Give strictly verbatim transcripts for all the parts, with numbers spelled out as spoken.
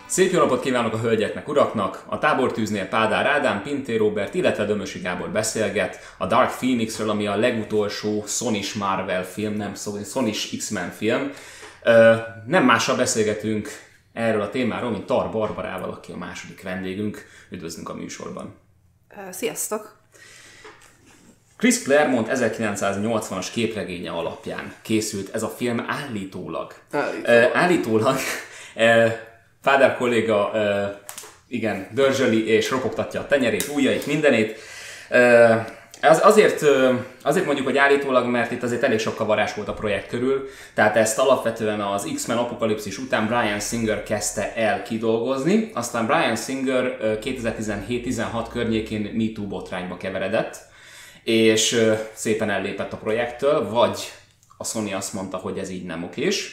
Szép jó napot kívánok a hölgyeknek, uraknak! A tábortűznél Pádár Ádám, Pintér Róbert, illetve Dömösi Gábor beszélget a Dark Phoenixről, ami a legutolsó Sony-s Marvel film, nem Sony-s X-Men film. Nem mással beszélgetünk erről a témáról, mint Tar Barbarával, aki a második vendégünk. Üdvözlünk a műsorban! Sziasztok! Chris Claremont ezerkilencszáznyolcvanas képregénye alapján készült ez a film állítólag. Állítólag. állítólag Pádár kolléga uh, igen, dörzsöli és ropogtatja a tenyerét, ujjait, mindenét. Uh, az, azért, uh, azért mondjuk, hogy állítólag, mert itt azért elég sok kavarás volt a projekt körül, tehát ezt alapvetően az X-Men apokalipszis után Bryan Singer kezdte el kidolgozni, aztán Bryan Singer uh, kétezer-tizenhét tizenhat környékén Me Too botrányba keveredett, és uh, szépen ellépett a projekttől, vagy a Sony azt mondta, hogy ez így nem okés.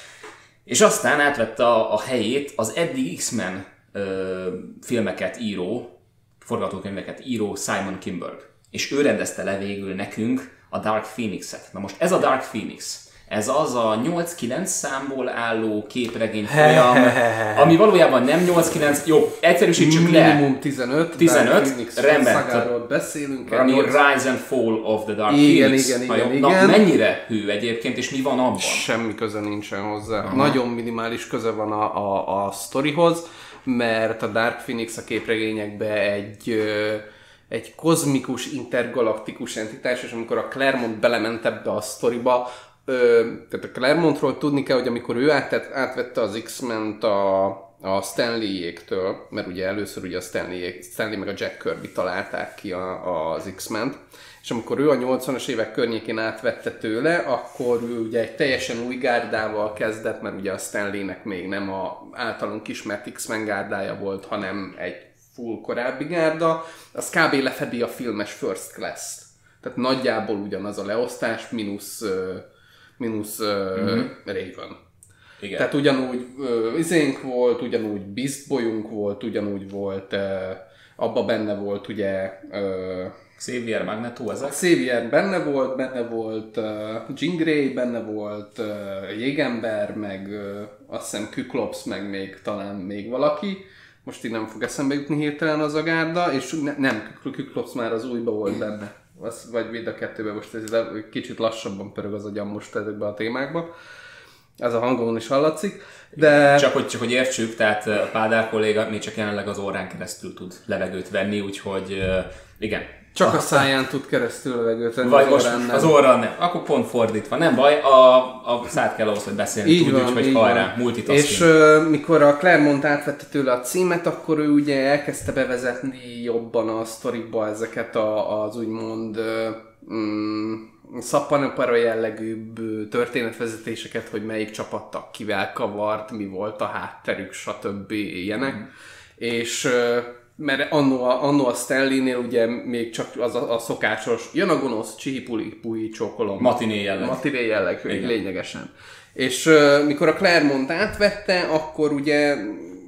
És aztán átvette a, a helyét az eddig X-Men ö, filmeket író, forgatókönyveket író Simon Kinberg. És ő rendezte le végül nekünk a Dark Phoenix-et. Na most ez a Dark Phoenix, ez az a nyolc-kilenc számból álló képregény folyam, ami valójában nem nyolc-kilenc, jó, egyszerűsítsük le. Minimum tizenöt, tizenöt, rendben. beszélünk. Ami Rise and Fall of the Dark igen, Phoenix. Igen, igen, igen, igen. Na, mennyire hű egyébként, és mi van abban? Semmi köze nincsen hozzá. Aha. Nagyon minimális köze van a, a, a sztorihoz, mert a Dark Phoenix a képregényekben egy... egy kozmikus, intergalaktikus entitás, és amikor a Claremont belement ebbe a sztoriba, Ö, tehát a Claremontról tudni kell, hogy amikor ő átvett, átvette az X-ment a, a Stanley-jéktől, mert ugye először ugye a Stanley, Stanley meg a Jack Kirby találták ki a, az X-ment, és amikor ő a nyolcvanas évek környékén átvette tőle, akkor ő ugye egy teljesen új gárdával kezdett, mert ugye a Stanleynek még nem a általunk ismert X-Men gárdája volt, hanem egy full korábbi gárda, az kb. Lefedi a filmes First Class-t. Tehát nagyjából ugyanaz a leosztás, mínusz mínusz uh, mm-hmm. Raven. Igen. Tehát ugyanúgy uh, izénk volt, ugyanúgy Beast Boyunk volt, ugyanúgy volt, uh, abba benne volt ugye... Uh, Xavier Magneto ezek? Xavier benne volt, benne volt uh, Jean Grey, benne volt uh, Jégember, meg uh, azt hiszem Kyklops, meg még talán még valaki. Most így nem fog eszembe jutni hirtelen az a gárda, és ne, nem, Kyklops már az újba volt benne. Az, vagy mind a kettőben most ez kicsit lassabban pörög az agyam most ezekbe a témákba. Ez a hangon is hallatszik. De... Csak, hogy, csak hogy értsük, tehát a Pádár kolléga még csak jelenleg az orrán keresztül tud levegőt venni, úgyhogy igen. Csak a száján tud keresztül levegőt venni, vagy az most orrán nem. Az orrán nem. Akkor pont fordítva. Nem baj, a, a szád kell ahhoz, hogy beszélni tud, úgyhogy hajrá, multitasking. És uh, mikor a Claremont átvette tőle a címet, akkor ő ugye elkezdte bevezetni jobban a sztorikba ezeket a, az úgymond uh, um, szappanopera jellegűbb történetvezetéseket, hogy melyik csapattak kivel kavart, mi volt a hátterük, stb. Ilyenek. Mm. És uh, mert annó a, annó a Stanley-nél ugye még csak az a, a szokásos, jön a gonosz, csihi-puli-puli csókolom. Matiné jelleg. Matiné jelleg, lényegesen. És uh, mikor a Claremont átvette, akkor ugye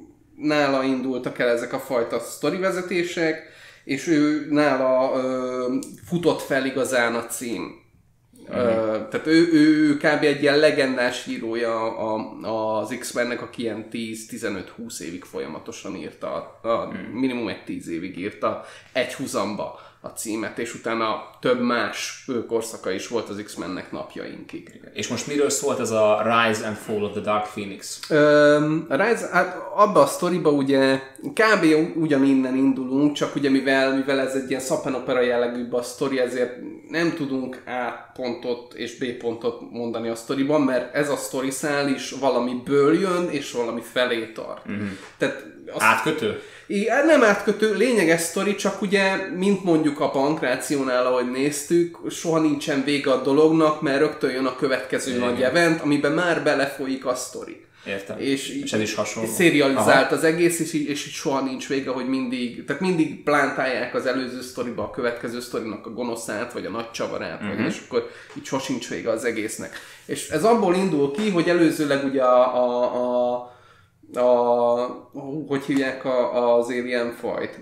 nála indultak el ezek a fajta sztorivezetések, és ő nála uh, futott fel igazán a cím. Uh-huh. Uh, tehát ő, ő kb. Egy ilyen legendás írója a, az X-Mennek, aki ilyen tíz-tizenöt-húsz évig folyamatosan írta, a, uh-huh. minimum egy tíz évig írta egy húzamba a címet, és utána több más korszaka is volt az X-Mennek napjainkig. És most miről szólt ez a Rise and Fall of the Dark Phoenix? Um, a Rise, hát abba a sztoriba ugye kb. Ugyaninnen indulunk, csak ugye mivel, mivel ez egy ilyen szappanopera jellegűbb a sztori, ezért nem tudunk A pontot és B pontot mondani a sztoriban, mert ez a sztoriszál is valamiből jön, és valami felé tart. Uh-huh. Tehát azt, átkötő? Igen, nem átkötő, lényeges sztori, csak ugye, mint mondjuk a Pankrációnál, ahogy néztük, soha nincsen vége a dolognak, mert rögtön jön a következő igen. nagy event, amiben már belefolyik a sztori. Értem. És, és ez is hasonló. Szérializált Aha. az egész, és így, és így soha nincs vége, hogy mindig, tehát mindig plántálják az előző sztoriba a következő sztorinak a gonoszát, vagy a nagy csavarát, uh-huh. vagy, és akkor így sosincs vége az egésznek. És ez abból indul ki, hogy előzőleg ugye a, a, a A, hogy hívják a, az alien fajt?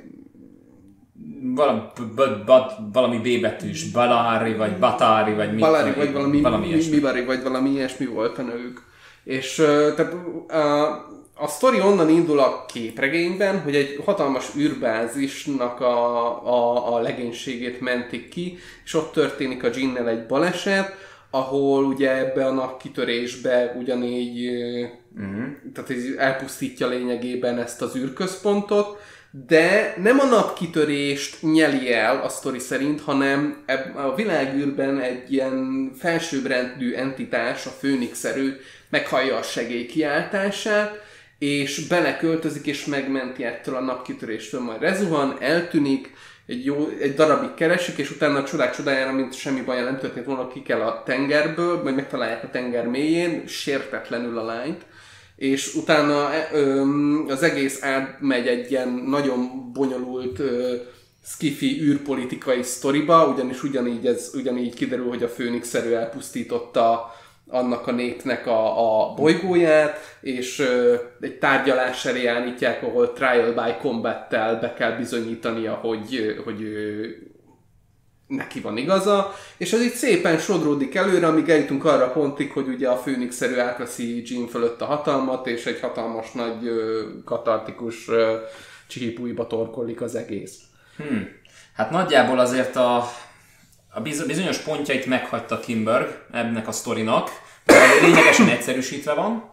Valami, b, b, valami B betűs, Balari, vagy Batari, vagy mi? Balari, vagy valami, valami mi, Mibari, vagy valami ilyesmi volt a nevük. És tehát a, a sztori onnan indul a képregényben, hogy egy hatalmas űrbázisnak a, a, a legénységét mentik ki, és ott történik a Jean-nel egy baleset, ahol ugye ebbe a napkitörésbe ugyanígy uh-huh. tehát elpusztítja lényegében ezt az űrközpontot, de nem a napkitörést nyeli el a sztori szerint, hanem a világűrben egy ilyen felsőbbrendű entitás, a Főnix-erő meghallja a segély kiáltását, és beleköltözik és megmenti ettől a napkitöréstől, majd rezuhan, eltűnik, egy, jó, egy darabig keresik, és utána a csodák csodájára, mint semmi baj nem történt volna, ki kell a tengerből, majd megtalálják a tenger mélyén, sértetlenül a lányt, és utána az egész átmegy egy ilyen nagyon bonyolult skifi űrpolitikai sztoriba, ugyanis ugyanígy, ez, ugyanígy kiderül, hogy a Főnix-erő elpusztította annak a népnek a, a bolygóját, és ö, egy tárgyalás elé állítják, ahol trial by combat-tel be kell bizonyítania, hogy, hogy ö, neki van igaza, és ez így szépen sodródik előre, amíg eljutunk arra a pontig, hogy ugye a Főnix-erő átveszi Jean fölött a hatalmat, és egy hatalmas nagy ö, katartikus ö, csihipújba torkollik az egész. Hmm. Hát nagyjából azért a A bizonyos pontjait meghagyta Kinberg ennek a sztorinak, lényegesen egyszerűsítve van,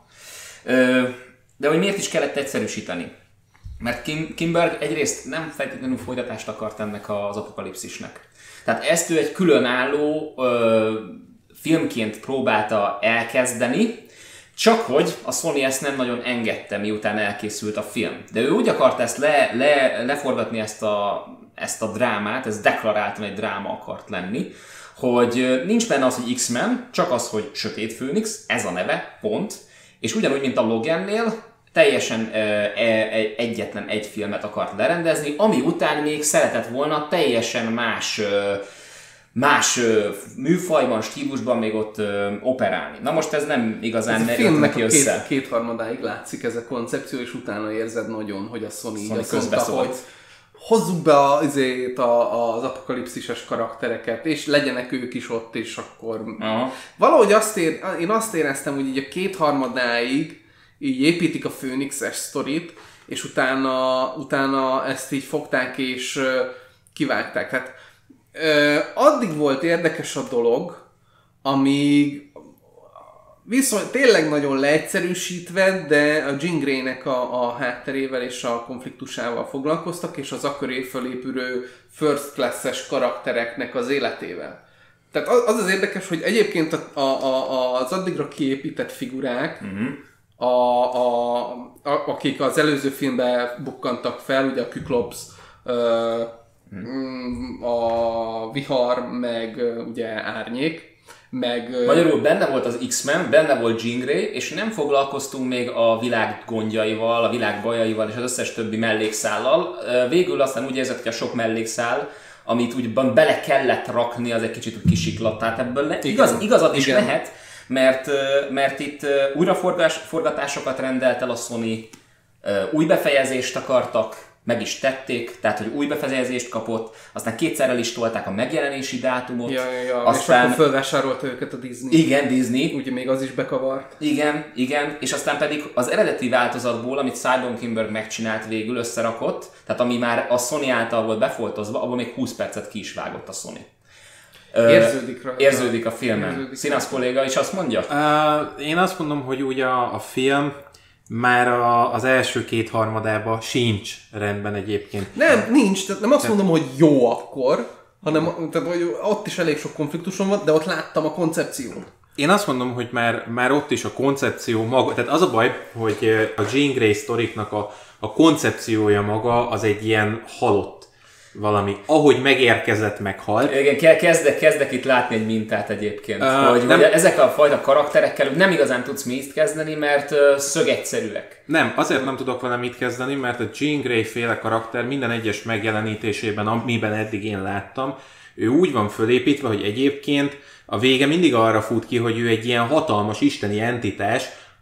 de hogy miért is kellett egyszerűsíteni? Mert Kinberg egyrészt nem feltétlenül folytatást akart ennek az apokalipszisnek. Tehát ezt ő egy különálló filmként próbálta elkezdeni, csak hogy a Sony ezt nem nagyon engedte, miután elkészült a film. De ő úgy akart ezt le, le, leforgatni ezt a ezt a drámát, ez deklaráltan egy dráma akart lenni, hogy nincs benne az, hogy X-Men, csak az, hogy Sötét Főnix, ez a neve, pont, és ugyanúgy, mint a Logannél, teljesen e, e, egyetlen egy filmet akart lerendezni, ami után még szeretett volna teljesen más, más műfajban, stílusban még ott operálni. Na most ez nem igazán jött neki össze. Két, kétharmadáig látszik ez a koncepció, és utána érzed nagyon, hogy a Sony, Sony így azt mondta, hogy hozzuk be a, azért a, az apokalipszises karaktereket, és legyenek ők is ott, és akkor... Aha. Valahogy azt ér, én azt éreztem, hogy így a kétharmadáig így építik a Főnixes sztorit, és utána, utána ezt így fogták és uh, kivágták. Tehát uh, addig volt érdekes a dolog, amíg viszont tényleg nagyon leegyszerűsítve, de a Jean Grey-nek a, a hátterével és a konfliktusával foglalkoztak, és az aköré fölépülő first class-es karaktereknek az életével. Tehát az az érdekes, hogy egyébként a, a, a, az addigra kiépített figurák, uh-huh. a, a, a, akik az előző filmben bukkantak fel, ugye a Kyklops, uh-huh. a Vihar, meg ugye Árnyék, meg... Magyarul benne volt az X-Men, benne volt Jean Grey, és nem foglalkoztunk még a világ gondjaival, a világ bajaival és az összes többi mellékszállal. Végül aztán úgy érzett, hogy a sok mellékszál, amit úgy bele kellett rakni, az egy kicsit kisiklatt. Tehát ebből le... igaz, igazad is Igen. lehet, mert, mert itt újraforgatásokat rendelt el a Sony, új befejezést akartak, meg is tették, tehát hogy új befejezést kapott, aztán kétszer el is tolták a megjelenési dátumot. Ja, ja, ja. Aztán... És akkor fölvásárolta őket a Disney. Igen, Disney. Ugye még az is bekavart. Igen, igen, és aztán pedig az eredeti változatból, amit Simon Kinberg megcsinált végül, összerakott, tehát ami már a Sony által volt befoltozva, abból még húsz percet ki is vágott a Sony. Érződik rá. Érződik a filmen. Színász kolléga is azt mondja? Uh, én azt mondom, hogy ugye a, a film már a, az első két harmadában sincs rendben egyébként. Nem, nincs. Tehát nem azt mondom, hogy jó akkor, hanem tehát, hogy ott is elég sok konfliktuson van, de ott láttam a koncepciót. Én azt mondom, hogy már, már ott is a koncepció maga, tehát az a baj, hogy a Jean Grey sztoriknak a, a koncepciója maga az egy ilyen halott valami. Ahogy megérkezett, meghalt. Igen, kezdek, kezdek itt látni egy mintát egyébként. Uh, hogy nem, ezek a fajta karakterekkel nem igazán tudsz mit kezdeni, mert uh, szögegyszerűek. Nem, azért nem tudok vele mit kezdeni, mert a Jean Grey féle karakter minden egyes megjelenítésében, amiben eddig én láttam, ő úgy van fölépítve, hogy egyébként a vége mindig arra fut ki, hogy ő egy ilyen hatalmas isteni entitás,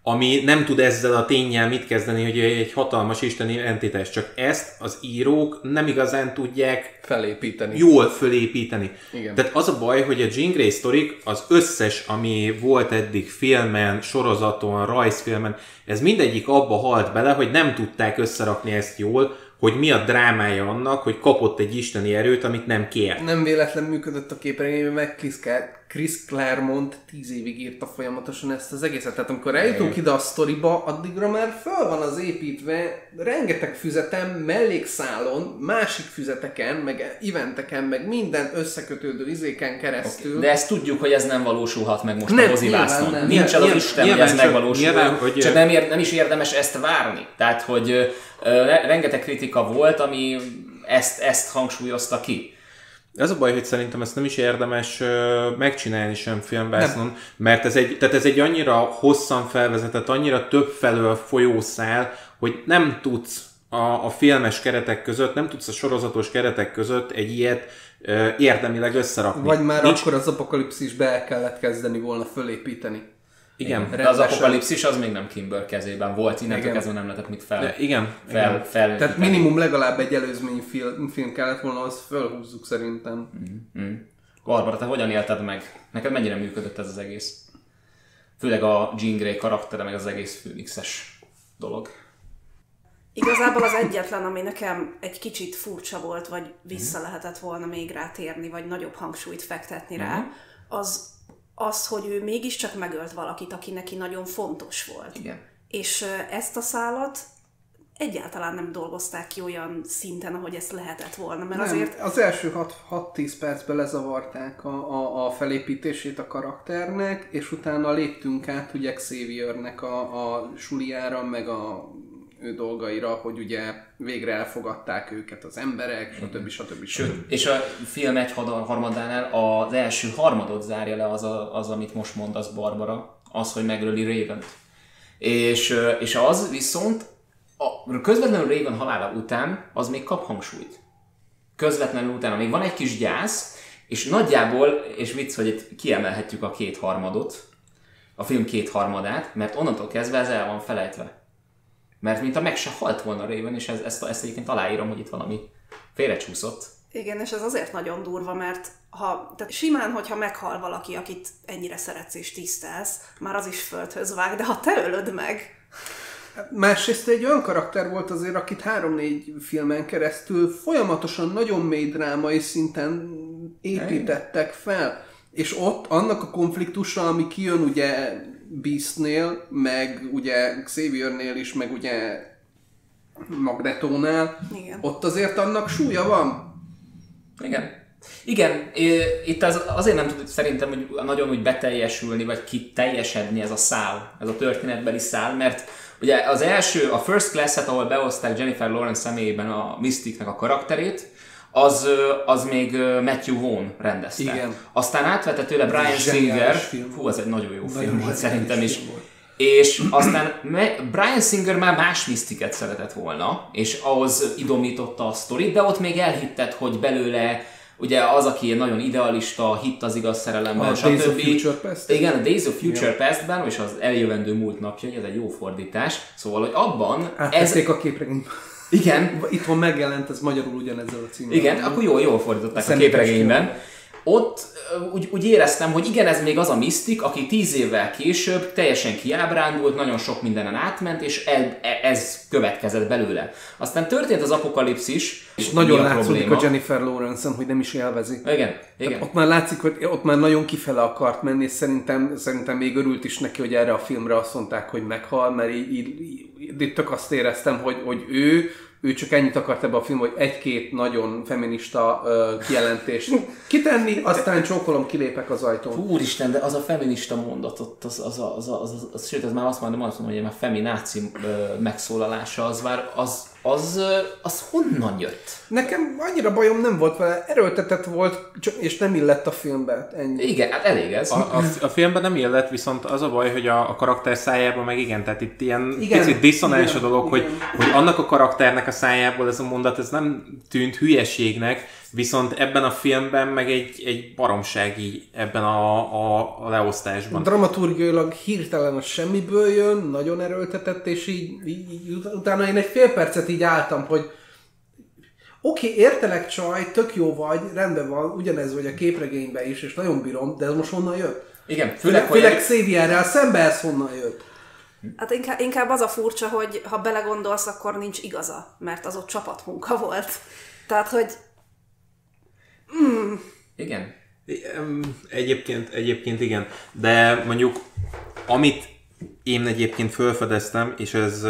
ami nem tud ezzel a ténnyel mit kezdeni, hogy egy hatalmas isteni entitás, csak ezt az írók nem igazán tudják felépíteni. Jól fölépíteni. Igen. Tehát az a baj, hogy a Jean Grey sztorik, az összes, ami volt eddig filmen, sorozaton, rajzfilmen, ez mindegyik abba halt bele, hogy nem tudták összerakni ezt jól, hogy mi a drámája annak, hogy kapott egy isteni erőt, amit nem kér. Nem véletlen működött a képregényben, meg Chris Claremont tíz évig írta folyamatosan ezt az egészet. Tehát amikor eljutunk ide a sztoriba, addigra már föl van az építve rengeteg füzetem, mellékszálon, másik füzeteken, meg eventeken, meg minden összekötődő izéken keresztül. Okay. De ezt tudjuk, hogy ez nem valósulhat meg most nem, a mozivásznon. Nincs az nyilván, Isten, hogy ez megvalósul. hogy csak nem, ér, nem is érdemes ezt várni. Tehát, hogy uh, rengeteg kritika volt, ami ezt, ezt hangsúlyozta ki. Ez a baj, hogy szerintem ezt nem is érdemes uh, megcsinálni sem filmvásznon, mert ez egy, tehát ez egy annyira hosszan felvezetett, annyira több felől folyószál, hogy nem tudsz a, a filmes keretek között, nem tudsz a sorozatos keretek között egy ilyet uh, érdemileg összerakni. Vagy már Nincs... akkor az apokalipszisbe el kellett kezdeni volna fölépíteni. Igen. De az apokalipszis az még nem Kimber kezében volt, innentől kezdve nem lehetett mit fel. De igen. fel, igen. fel Tehát minimum legalább egy előzmény film, film kellett volna, azt fölhúzzuk szerintem. Mm-hmm. Barbara, te hogyan élted meg? Neked mennyire működött ez az egész? Főleg a Jean Grey karaktere, meg az egész Phoenix-es dolog. Igazából az egyetlen, ami nekem egy kicsit furcsa volt, vagy vissza lehetett volna még rátérni, vagy nagyobb hangsúlyt fektetni rá, mm-hmm. az az, hogy ő mégiscsak megölt valakit, aki neki nagyon fontos volt. Igen. És ezt a szálat egyáltalán nem dolgozták ki olyan szinten, ahogy ezt lehetett volna. Mert nem, azért... Az első hat-tíz percben lezavarták a, a, a felépítését a karakternek, és utána léptünk át ugye Xaviernek a, a suliára, meg a ő dolgaira, hogy ugye végre elfogadták őket az emberek, stb. stb. Sőt, és a film egy harmadánál az első harmadot zárja le az, a, az amit most mondasz, Barbara, az, hogy megöli Ravent. És, és az viszont a közvetlenül Raven halála után az még kap hangsúlyt. Közvetlenül utána még van egy kis gyász, és nagyjából, és vicc, hogy itt kiemelhetjük a kétharmadot, a film kétharmadát, mert onnantól kezdve ez el van felejtve. Mert mintha meg se halt volna Raven, és ez, ezt, ezt egyébként aláírom, hogy itt valami félrecsúszott. Igen, és ez azért nagyon durva, mert ha, tehát simán, hogyha meghal valaki, akit ennyire szeretsz és tisztelsz, már az is földhöz vág, de ha te ölöd meg... Másrészt egy olyan karakter volt azért, akit három-négy filmen keresztül folyamatosan nagyon mély drámai szinten építettek fel. És ott annak a konfliktusa, ami kijön ugye Beastnél, meg ugye Xaviernél is, meg ugye Magnetónál, igen. Ott azért annak súlya van. Igen. Igen, itt az, azért nem tud szerintem hogy nagyon úgy beteljesülni, vagy kiteljesedni ez a szál, ez a történetbeli szál, mert ugye az első, a First Class-et, ahol behozták Jennifer Lawrence személyében a Mystique-nek a karakterét, az, az még Matthew Vaughn rendezte. Igen. Aztán átvette tőle Bryan Singer, hú, ez egy nagyon jó film volt szerintem is. Volt. És aztán Bryan Singer már más Mystique-et szeretett volna, és ahhoz idomította a sztorit, de ott még elhitted, hogy belőle ugye az, aki nagyon idealista, hitt az igaz szerelemben, stb. Days of Future Past? Igen, a Days of Future Past-ben, és az eljövendő múlt napja, ez egy jó fordítás. Szóval, hogy abban... Áttették ez... a képregényt. Igen. Itthon megjelent, ez magyarul ugyanezzel a címmel. Igen, akkor jól, jól fordították a képregényben. Ott úgy, úgy éreztem, hogy igen, ez még az a Mystique, aki tíz évvel később teljesen kiábrándult, nagyon sok mindenen átment, és el, ez következett belőle. Aztán történt az apokalipszis, és nagyon látszik a Jennifer Lawrence-en, hogy nem is élvezi. Igen, igen. Ott már látszik, hogy ott már nagyon kifele akart menni, és szerintem, szerintem még örült is neki, hogy erre a filmre azt mondták, hogy meghal, mert így, így, így, így tök azt éreztem, hogy, hogy ő ő csak ennyit akart ebbe a film, hogy egy-két nagyon feminista uh, kijelentést kitenni, aztán csókolom, kilépek az ajtón. Úristen, de az a feminista mondatot, az, az, az, az, az, az, sőt, ez már azt mondom, azt mondom, hogy a femináci uh, megszólalása, az már, az, az, uh, az honnan jött? Nekem annyira bajom nem volt vele, erőltetett volt, és nem illett a filmbe. Ennyi. Igen, hát elég ez. A, a, a filmben nem illett, viszont az a baj, hogy a, a karakter szájában meg igen, tehát itt ilyen igen, picit diszonáns a dolog, hogy, hogy annak a karakternek a szájából ez a mondat, ez nem tűnt hülyeségnek, Viszont ebben a filmben meg egy, egy baromság így ebben a, a, a leosztásban. Dramaturgiailag hirtelen a semmiből jön, nagyon erőltetett, és így, így, így utána én egy fél percet így álltam, hogy oké, okay, értelek csaj, tök jó vagy, rendben van, ugyanez vagy a képregényben is, és nagyon bírom, de ez most honnan jött? Igen, főleg, főleg Xavierrel szembe ez honnan jött? Hát inkább, inkább az a furcsa, hogy ha belegondolsz, akkor nincs igaza, mert az ott csapatmunka volt. Tehát, hogy... Mm. Igen. Egyébként, egyébként igen. De mondjuk, amit én egyébként felfedeztem, és ez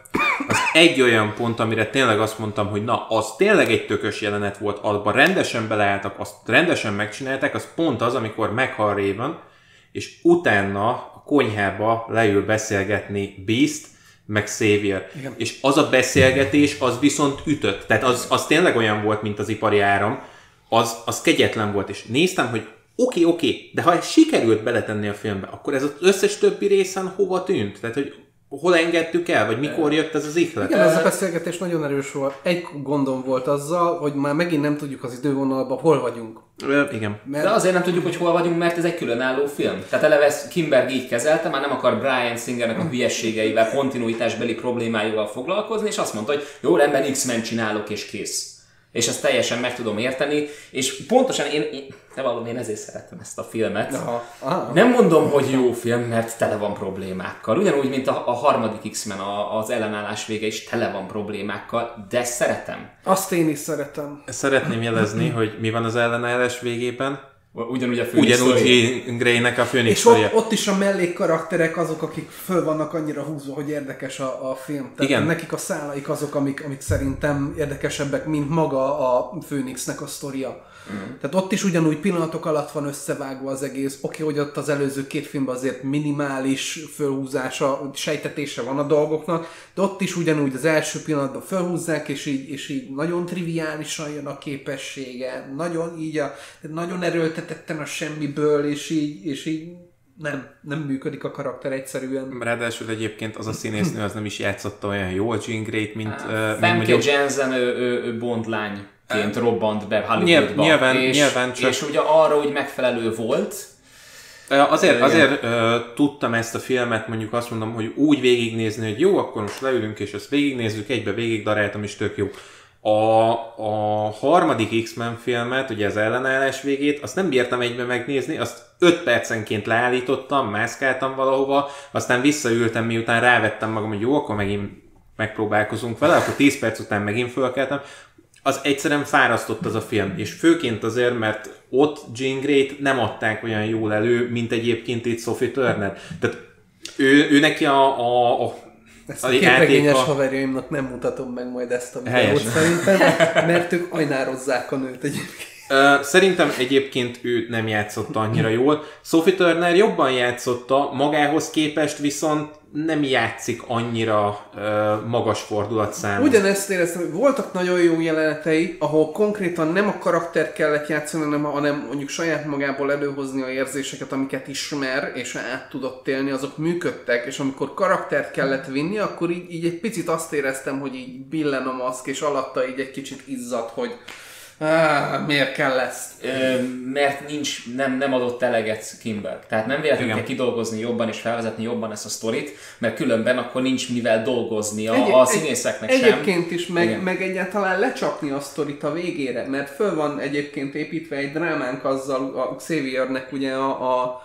az egy olyan pont, amire tényleg azt mondtam, hogy na, az tényleg egy tökös jelenet volt, abban rendesen beleálltak, azt rendesen megcsinálták, az pont az, amikor meghal Raven, és utána a konyhába leül beszélgetni Beast, meg Xavier. Igen. És az a beszélgetés, az viszont ütött. Tehát az, az tényleg olyan volt, mint az ipari áram, az, az kegyetlen volt. És néztem, hogy oké, okay, oké, okay, de ha ez sikerült beletenni a filmbe, akkor ez az összes többi részen hova tűnt? Tehát, hogy hol engedtük el, vagy mikor jött ez az ihlet? Igen, ez a beszélgetés nagyon erős volt. Egy gondom volt azzal, hogy már megint nem tudjuk az idővonalban, hol vagyunk. Igen. Mert... De azért nem tudjuk, hogy hol vagyunk, mert ez egy különálló film. Tehát eleve Kinberg így kezelte, már nem akar Bryan Singernek a hülyességeivel, kontinuitásbeli problémáival foglalkozni, és azt mondta, hogy jó, rendben X-Men csinálok, és kész. És ezt teljesen meg tudom érteni, és pontosan én, én, de valami én ezért szeretem ezt a filmet. Aha. Aha. Nem mondom, hogy jó film, mert tele van problémákkal. Ugyanúgy, mint a, a harmadik X-Men, a, az ellenállás vége is tele van problémákkal, de szeretem. Azt én is szeretem. Szeretném jelezni, hogy mi van az ellenállás végében. Ugyanúgy a Phoenix Ugyanúgy Jean Grey-nek a Phoenix És ott, ott is a mellékkarakterek azok, akik föl vannak annyira húzva, hogy érdekes a, a film. Tehát igen. Nekik a szálaik azok, amik, amik szerintem érdekesebbek, mint maga a Phoenixnek a sztoria. Mm. Tehát ott is ugyanúgy pillanatok alatt van összevágva az egész. Oké, okay, hogy ott az előző két filmben azért minimális fölhúzása, sejtetése van a dolgoknak, de ott is ugyanúgy az első pillanatban fölhúzzák, és így, és így nagyon triviálisan jön a képessége. Nagyon így a, nagyon erőltetetten a semmiből, és így, és így nem, nem működik a karakter egyszerűen. Ráadásul egyébként az a színésznő az nem is játszotta olyan jól Jean Grey-t, mint... Uh, Famke mondjuk... Jensen, ő, ő, ő Bond lány. Ként robbant be Hollywoodba, nyilván, és, nyilván csak... és ugye arra úgy megfelelő volt. Azért, azért uh, tudtam ezt a filmet, mondjuk azt mondom, hogy úgy végignézni, hogy jó, akkor most leülünk és ezt végignézzük, egybe végig daráltam, és tök jó. A, a harmadik X-Men filmet, ugye az ellenállás végét, azt nem bírtam egybe megnézni, azt öt percenként leállítottam, mászkáltam valahova, aztán visszaültem, miután rávettem magam, hogy jó, akkor megint megpróbálkozunk vele, akkor tíz perc után megint fölkeltem. Az egyszerűen fárasztott az a film, és főként azért, mert ott Jean Grey-t nem adták olyan jól elő, mint egyébként itt Sophie Turner. Tehát ő, ő neki a, a, a ezt a, a képregényes a... haverjaimnak nem mutatom meg majd ezt a videót szerintem, mert ők ajnározzák a nőt egyébként. Szerintem egyébként ő nem játszotta annyira jól. Sophie Turner jobban játszotta, magához képest viszont nem játszik annyira uh, magas fordulatszámú. Ugyanezt éreztem, hogy voltak nagyon jó jelenetei, ahol konkrétan nem a karakter kellett játszani, hanem, hanem mondjuk saját magából előhozni a érzéseket, amiket ismer, és át tudott élni, azok működtek, és amikor karaktert kellett vinni, akkor így, így egy picit azt éreztem, hogy így billen a maszk, és alatta így egy kicsit izzadt, hogy Ah, miért kell ezt? Ö, mert nincs, nem, nem adott eleget Kinberg. Tehát nem véletlenül kell kidolgozni jobban és felvezetni jobban ezt a sztorit, mert különben akkor nincs mivel dolgozni a, Egyéb, a színészeknek egy, sem. Egyébként is, meg, meg egyáltalán lecsapni a sztorit a végére, mert föl van egyébként építve egy drámánk azzal a Xaviernek ugye a, a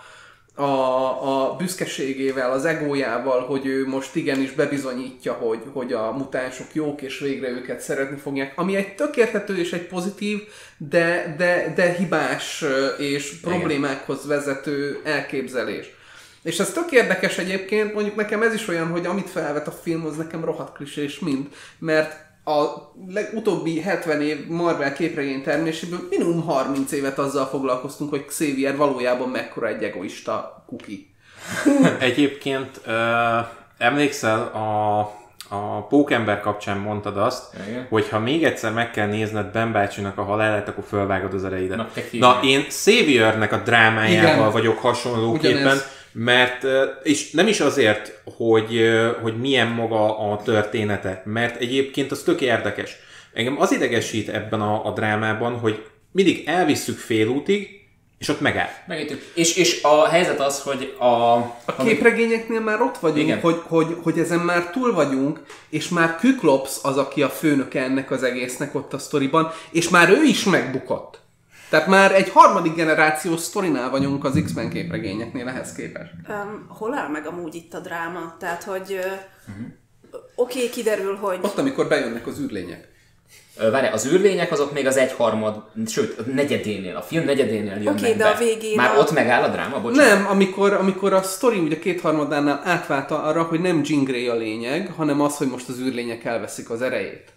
A, a büszkeségével, az egójával, hogy ő most igenis bebizonyítja, hogy, hogy a mutánsok jók, és végre őket szeretni fogják. Ami egy tök érthető és egy pozitív, de, de, de hibás és problémákhoz vezető elképzelés. És ez tök érdekes egyébként, mondjuk nekem ez is olyan, hogy amit felvet a film, az nekem rohadt klisés mind, mert a utóbbi hetven év Marvel képregény termeléséből minimum harminc évet azzal foglalkoztunk, hogy Xavier valójában mekkora egy egoista kuki. Egyébként uh, emlékszel, a, a Pókember kapcsán mondtad azt, igen, hogy ha még egyszer meg kell nézned Ben bácsinak a halálát, akkor fölvágod az ereidet. Na, Na én Xaviernek a drámájával igen, vagyok hasonlóképpen, ugyanez. Mert, és nem is azért, hogy, hogy milyen maga a története, mert egyébként az tök érdekes. Engem az idegesít ebben a, a drámában, hogy mindig elvisszük félútig, és ott megáll. Megértük. És, és a helyzet az, hogy a... A képregényeknél már ott vagyunk, hogy, hogy, hogy ezen már túl vagyunk, és már Kyklops az, aki a főnöke ennek az egésznek ott a sztoriban, és már ő is megbukott. Tehát már egy harmadik generációs sztorinál vagyunk az X-Men képregényeknél ehhez képest. Um, hol áll meg amúgy itt a dráma? Tehát, hogy uh, uh-huh. oké, okay, kiderül, hogy... Ott, amikor bejönnek az űrlények. Várj, az űrlények azok még az egyharmad, sőt, a negyedénél, a film negyedénél jönnek okay, de be. A végén Már a... ott megáll a dráma? Bocsánat. Nem, amikor, amikor a sztori ugye kétharmadánál átvált arra, hogy nem Jean Grey a lényeg, hanem az, hogy most az űrlények elveszik az erejét.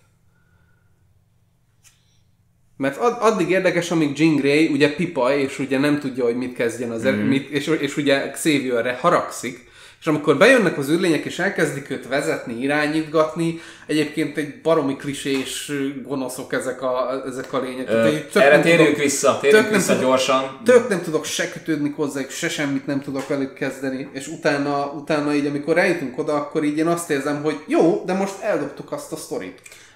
Mert addig érdekes, amíg Jean Grey ugye pipa, és ugye nem tudja, hogy mit kezdjen az erő, mm. mit, és, és ugye Xavierre haragszik, és amikor bejönnek az űrlények, és elkezdik őt vezetni, irányítgatni, egyébként egy baromi klisés gonoszok ezek a, ezek a lények. Ö, erre térjünk tudok, vissza, térjünk vissza tudok, gyorsan. Tök nem tudok se kötődni hozzájuk, se semmit nem tudok velük kezdeni, és utána, utána így, amikor eljutunk oda, akkor így én azt érzem, hogy jó, de most eldobtuk azt a sztorit.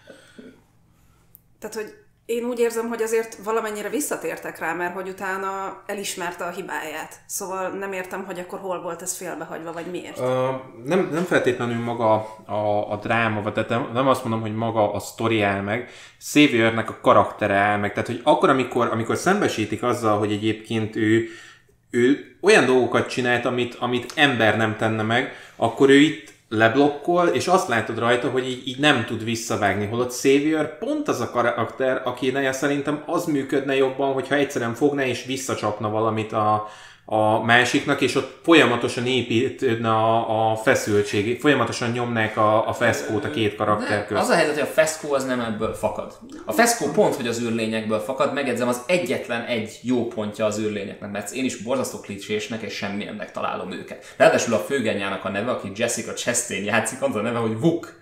Tehát, hogy én úgy érzem, hogy azért valamennyire visszatértek rá, mert hogy utána elismerte a hibáját. Szóval nem értem, hogy akkor hol volt ez félbehagyva, vagy miért. Uh, nem, nem feltétlenül maga a, a dráma, vagy tehát nem, nem azt mondom, hogy maga a sztori áll meg, Xaviernek a karaktere áll meg. Tehát, hogy akkor, amikor, amikor szembesítik azzal, hogy egyébként ő, ő olyan dolgokat csinált, amit, amit ember nem tenne meg, akkor ő itt leblokkol, és azt látod rajta, hogy így, így nem tud visszavágni. Holott Xavier pont az a karakter, akinél szerintem az működne jobban, hogyha egyszerűen fogna és visszacsapna valamit a, a másiknak, és ott folyamatosan építődne a, a feszültség, folyamatosan nyomnák a, a feszkót a két karakter között. Az a helyzet, hogy a feszkó az nem ebből fakad. A feszkó pont, hogy az űrlényekből fakad, megedzem, az egyetlen egy jó pontja az űrlényeknek, mert én is borzasztó klicsésnek és semmilyennek találom őket. Ráadásul a főgenyának a neve, aki Jessica Chastain játszik, az a neve, hogy Vuk.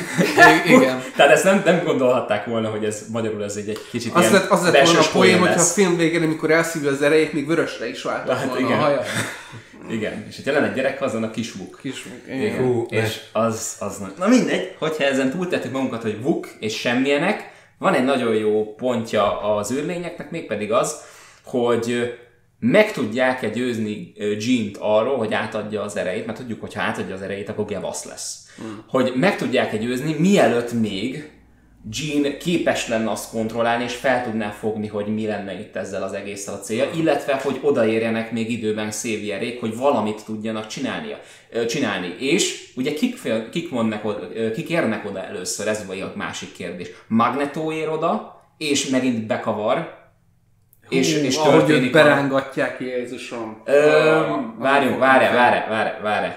Igen. Tehát ezt nem, nem gondolhatták volna, hogy ez magyarul ez egy, egy kicsit az ilyen lett, az lett volna a poén, hogyha a film végén, amikor elszívja az erejét, még vörösre is váltott hát, volna igen. a haja. Igen, és hogyha lenne egy gyerek, azon a kis Vuk. Kis Vuk, igen. igen. Hú, és az, az nagy. Na mindegy, hogyha ezen túltettük magunkat, hogy Vuk és semmilyenek, van egy nagyon jó pontja az űrlényeknek, mégpedig az, hogy meg tudják-e győzni Jean-t arról, hogy átadja az erejét, mert tudjuk, hogy ha átadja az erejét, akkor gevasz lesz. Hmm. Hogy meg tudják-e győzni, mielőtt még Jean képes lenne azt kontrollálni, és fel tudná fogni, hogy mi lenne itt ezzel az egésszel a célja, illetve, hogy odaérjenek még időben Xavierék, hogy valamit tudjanak csinálnia, csinálni. És ugye kik, fél, kik, mondnak oda, kik érnek oda először, ez vagy a másik kérdés. Magneto ér oda, és megint bekavar, Hú, és, és ahogy őt berángatják, Jézusom. Várjunk, várj, várj, várj, várj.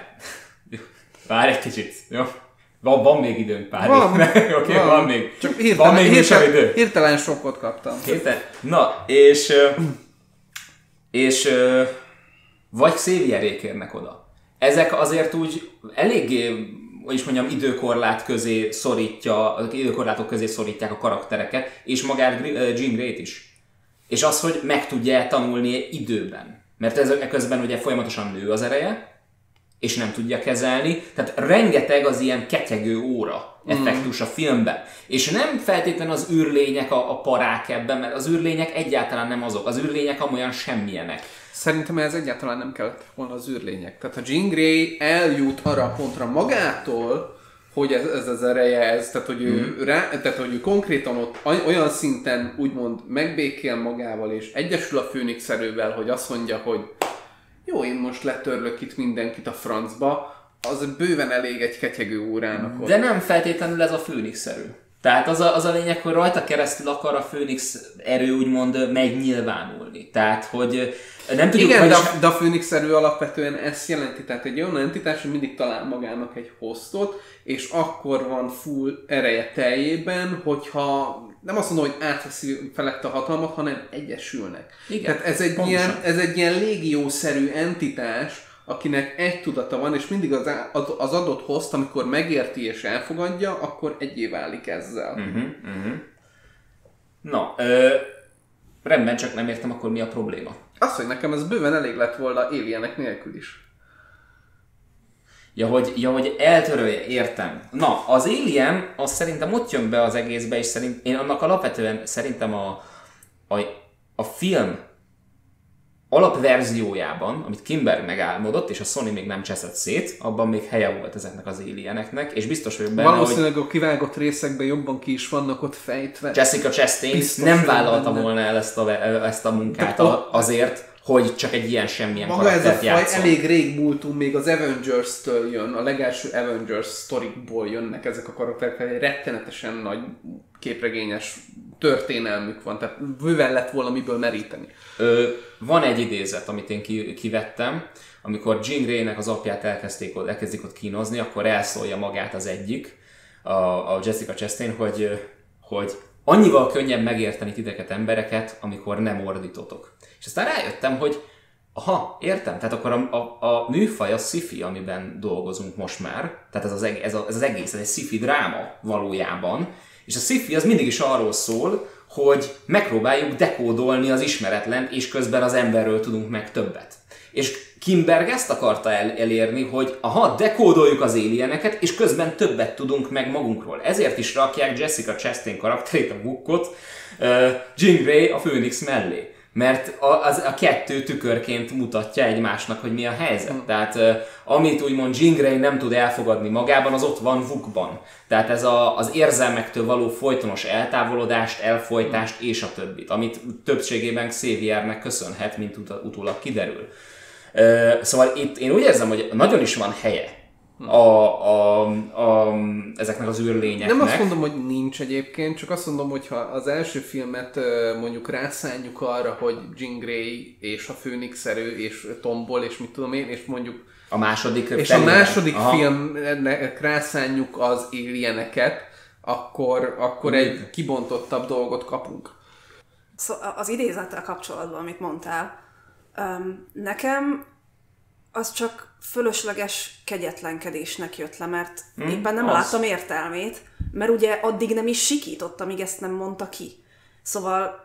Várj egy kicsit, jó? Van, van még időnk pár van, Oké, okay, van. van még. Csak hirtelen, van még hirtelen, idő. hirtelen sokkot kaptam. Hirtelen? Na, és... és vagy Xavierék érnek oda. Ezek azért úgy eléggé, hogy is mondjam, időkorlát közé szorítja, időkorlátok közé szorítják a karaktereket, és magát Jean Grey-t is. És az, hogy meg tudja tanulni időben. Mert ez közben ugye folyamatosan nő az ereje, és nem tudja kezelni. Tehát rengeteg az ilyen ketyegő óra effektus a filmben. És nem feltétlenül az űrlények a, a parák ebben, mert az űrlények egyáltalán nem azok. Az űrlények amolyan semmilyenek. Szerintem ez egyáltalán nem kellett volna az űrlények. Tehát ha Jean Grey eljut arra a pontra magától, hogy ez, ez az ereje, ez, tehát hogy, ő, mm. rá, tehát hogy ő konkrétan ott olyan szinten úgymond megbékél magával, és egyesül a Főnix erővel, hogy azt mondja, hogy jó, én most letörlök itt mindenkit a francba, az bőven elég egy ketyegő órának. De nem feltétlenül ez a Főnix erő. Tehát az a, az a lényeg, hogy rajta keresztül akar a Főnix erő úgymond megnyilvánulni. Tehát, hogy nem tudjuk... Igen, vagyis... de, de a Főnix erő alapvetően ezt jelenti. Tehát egy olyan entitás, hogy mindig talál magának egy hostot, és akkor van full ereje teljében, hogyha nem azt mondom, hogy átveszi felett a hatalmat, hanem egyesülnek. Igen, tehát ez egy, ilyen, ez egy ilyen légiószerű entitás, akinek egy tudata van, és mindig az, az adott host, amikor megérti és elfogadja, akkor egyé válik ezzel. Uh-huh, uh-huh. Na, ö, rendben, csak nem értem, akkor mi a probléma? Azt, hogy nekem ez bőven elég lett volna alienek nélkül is. Ja, hogy, ja, hogy eltörölje, értem. Na, az Alien, az szerintem ott jön be az egészbe, és szerint, én annak alapvetően szerintem a, a, a film alapverziójában, amit Kimber megálmodott, és a Sony még nem cseszett szét, abban még helye volt ezeknek az alieneknek, és biztos vagyok benne, valószínűleg hogy... a kivágott részekben jobban ki is vannak ott fejtve. Jessica Chastain biztos nem vállalta benne. volna el ezt a, ezt a munkát a, azért, hogy csak egy ilyen semmilyen maga karaktert ez a játszon. faj elég rég múltunk, még az Avengers-től jön, a legelső Avengers sztorikból jönnek ezek a karakterek, egy rettenetesen nagy képregényes történelmük van, tehát bőven lett volna miből meríteni. Ö, van egy idézet, amit én ki, kivettem, amikor Jean Grey-nek az apját elkezdték, elkezdik ott kínozni, akkor elszólja magát az egyik, a, a Jessica Chastain, hogy, hogy annyival könnyebb megérteni titeket embereket, amikor nem ordítotok. És aztán rájöttem, hogy aha, értem, tehát akkor a, a, a műfaj a sci-fi, amiben dolgozunk most már, tehát ez az, ez, a, ez az egész, ez egy sci-fi dráma valójában, és a sci-fi az mindig is arról szól, hogy megpróbáljuk dekódolni az ismeretlent, és közben az emberről tudunk meg többet. És Kinberg ezt akarta el, elérni, hogy aha, dekódoljuk az alieneket, és közben többet tudunk meg magunkról. Ezért is rakják Jessica Chastain karakterét, a Bookot, uh, Jean Grey a Phoenix mellé. Mert a, az, a kettő tükörként mutatja egymásnak, hogy mi a helyzet. Mm. Tehát uh, amit úgymond Jean Grey nem tud elfogadni magában, az ott van Vukban. Tehát ez a, az érzelmektől való folytonos eltávolodást, elfojtást mm. és a többit, amit többségében Xaviernek köszönhet, mint ut- utólag kiderül. Uh, szóval itt én úgy érzem, hogy nagyon is van helye a, a, a, ezeknek az űrlényeknek. Nem azt mondom, hogy nincs egyébként, csak azt mondom, hogy ha az első filmet mondjuk rászánjuk arra, hogy Jean Grey és a Phoenix erő és Tombol és mit tudom én, és mondjuk a második és felében. a második Aha. filmnek rászánjuk az alieneket, akkor, akkor egy kibontottabb dolgot kapunk. Szóval az idézettel kapcsolatban, amit mondtál, um, nekem az csak fölösleges kegyetlenkedésnek jött le, mert hmm, éppen nem az. láttam értelmét, mert ugye addig nem is sikított, amíg ezt nem mondta ki. Szóval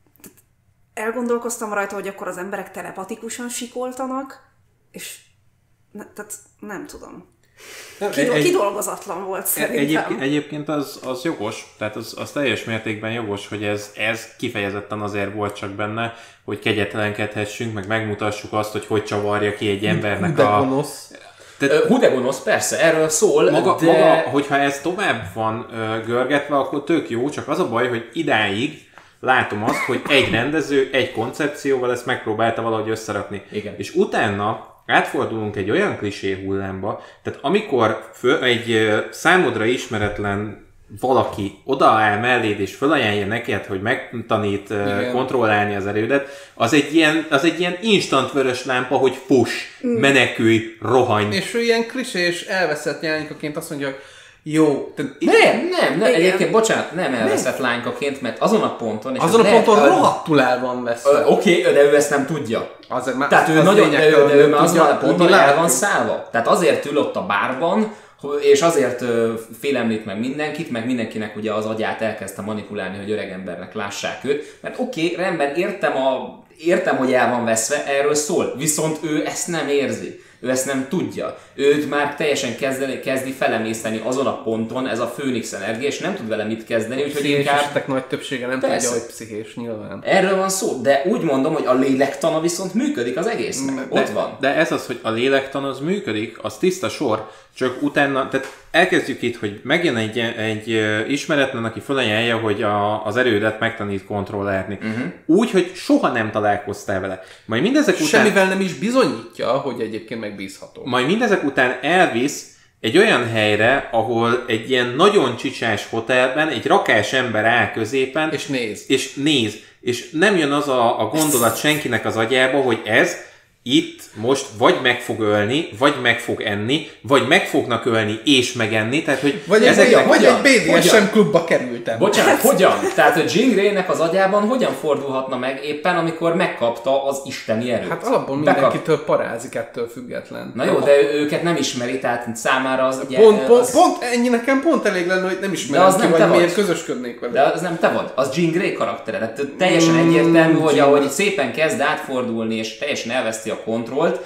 elgondolkoztam rajta, hogy akkor az emberek telepatikusan sikoltanak, és ne, tehát nem tudom. Kidol- kidolgozatlan volt szerintem. Egyéb, egyébként az, az jogos, tehát az, az teljes mértékben jogos, hogy ez, ez kifejezetten azért volt csak benne, hogy kegyetlenkedhessünk, meg megmutassuk azt, hogy hogy csavarja ki egy embernek Hú de a... gonosz. Tehát, Hú de gonosz, persze, erről szól, maga, de... maga, hogyha ez tovább van uh, görgetve, akkor tök jó, csak az a baj, hogy idáig látom azt, hogy egy rendező, egy koncepcióval ezt megpróbálta valahogy összerakni. Igen. És utána átfordulunk egy olyan klisé hullámba, tehát amikor föl, egy számodra ismeretlen valaki odaáll melléd és fölajánlja neked, hogy megtanít Igen. kontrollálni az erődet, az egy ilyen, az egy ilyen instant vörös lámpa, hogy fuss, mm. menekülj, rohanj. És ő ilyen klisés elveszett jánikaként azt mondja, hogy jó. Te... Nem, nem, nem egyébként, bocsánat, nem elveszett nem. lánykaként, mert azon a ponton... És azon a ponton lehet, rohadtul el van veszve. Oké, okay, de ő ezt nem tudja. Azért már Tehát ő nagyon, de ő, de ő már azon a ponton el van szállva. Tehát azért ül ott a bárban, és azért félemlít meg mindenkit, meg mindenkinek ugye az agyát elkezdte manipulálni, hogy öreg embernek lássák őt. Mert oké, okay, rendben, értem, a, értem, hogy el van veszve, erről szól, viszont ő ezt nem érzi. Ő ezt nem tudja. Őt már teljesen kezdeni, kezdi felemészteni azon a ponton ez a Phoenix energia, és nem tud vele mit kezdeni, úgyhogy inkább... Pszichés nagy többsége nem Persze. tudja, hogy pszichés, nyilván. Erről van szó, de úgy mondom, hogy a lélektana viszont működik az egésznek. De, Ott van. De ez az, hogy a lélektan az működik, az tiszta sor, csak utána, tehát elkezdjük itt, hogy megjön egy, egy ismeretlen, aki felajánlja, hogy a, az erődet megtanít kontrollálni. Uh-huh. Úgy, hogy soha nem találkoztál vele. Majd mindezek után... Semmivel nem is bizonyítja, hogy egyébként megbízható. Majd mindezek után elvisz egy olyan helyre, ahol egy ilyen nagyon csicsás hotelben egy rakás ember áll középen, és néz. És néz. És nem jön az a, a gondolat senkinek az agyába, hogy ez itt most vagy meg fog ölni, vagy meg fog enni, vagy meg fognak ölni és megenni, tehát hogy vagy ezek egy, vagy egy bé dé es em klubba kerültem. Bocsánat, hogyan? Tehát hogy Jean Greynek az agyában hogyan fordulhatna meg éppen, amikor megkapta az isteni erőt? Hát alapból mindenkitől Bekap... parázik ettől független. Na jó, de őket nem ismeri, tehát számára az... Ugye, pont, pont, az... pont ennyi nekem pont elég lenne, hogy nem ismerem ki, nem vagy miért közösködnék vele. De az nem te vagy, az Jean Grey karaktere. Tehát teljesen egyértelmű, mm, hogy ahogy szépen kezd átfordulni, és teljesen elveszti a kontrollt,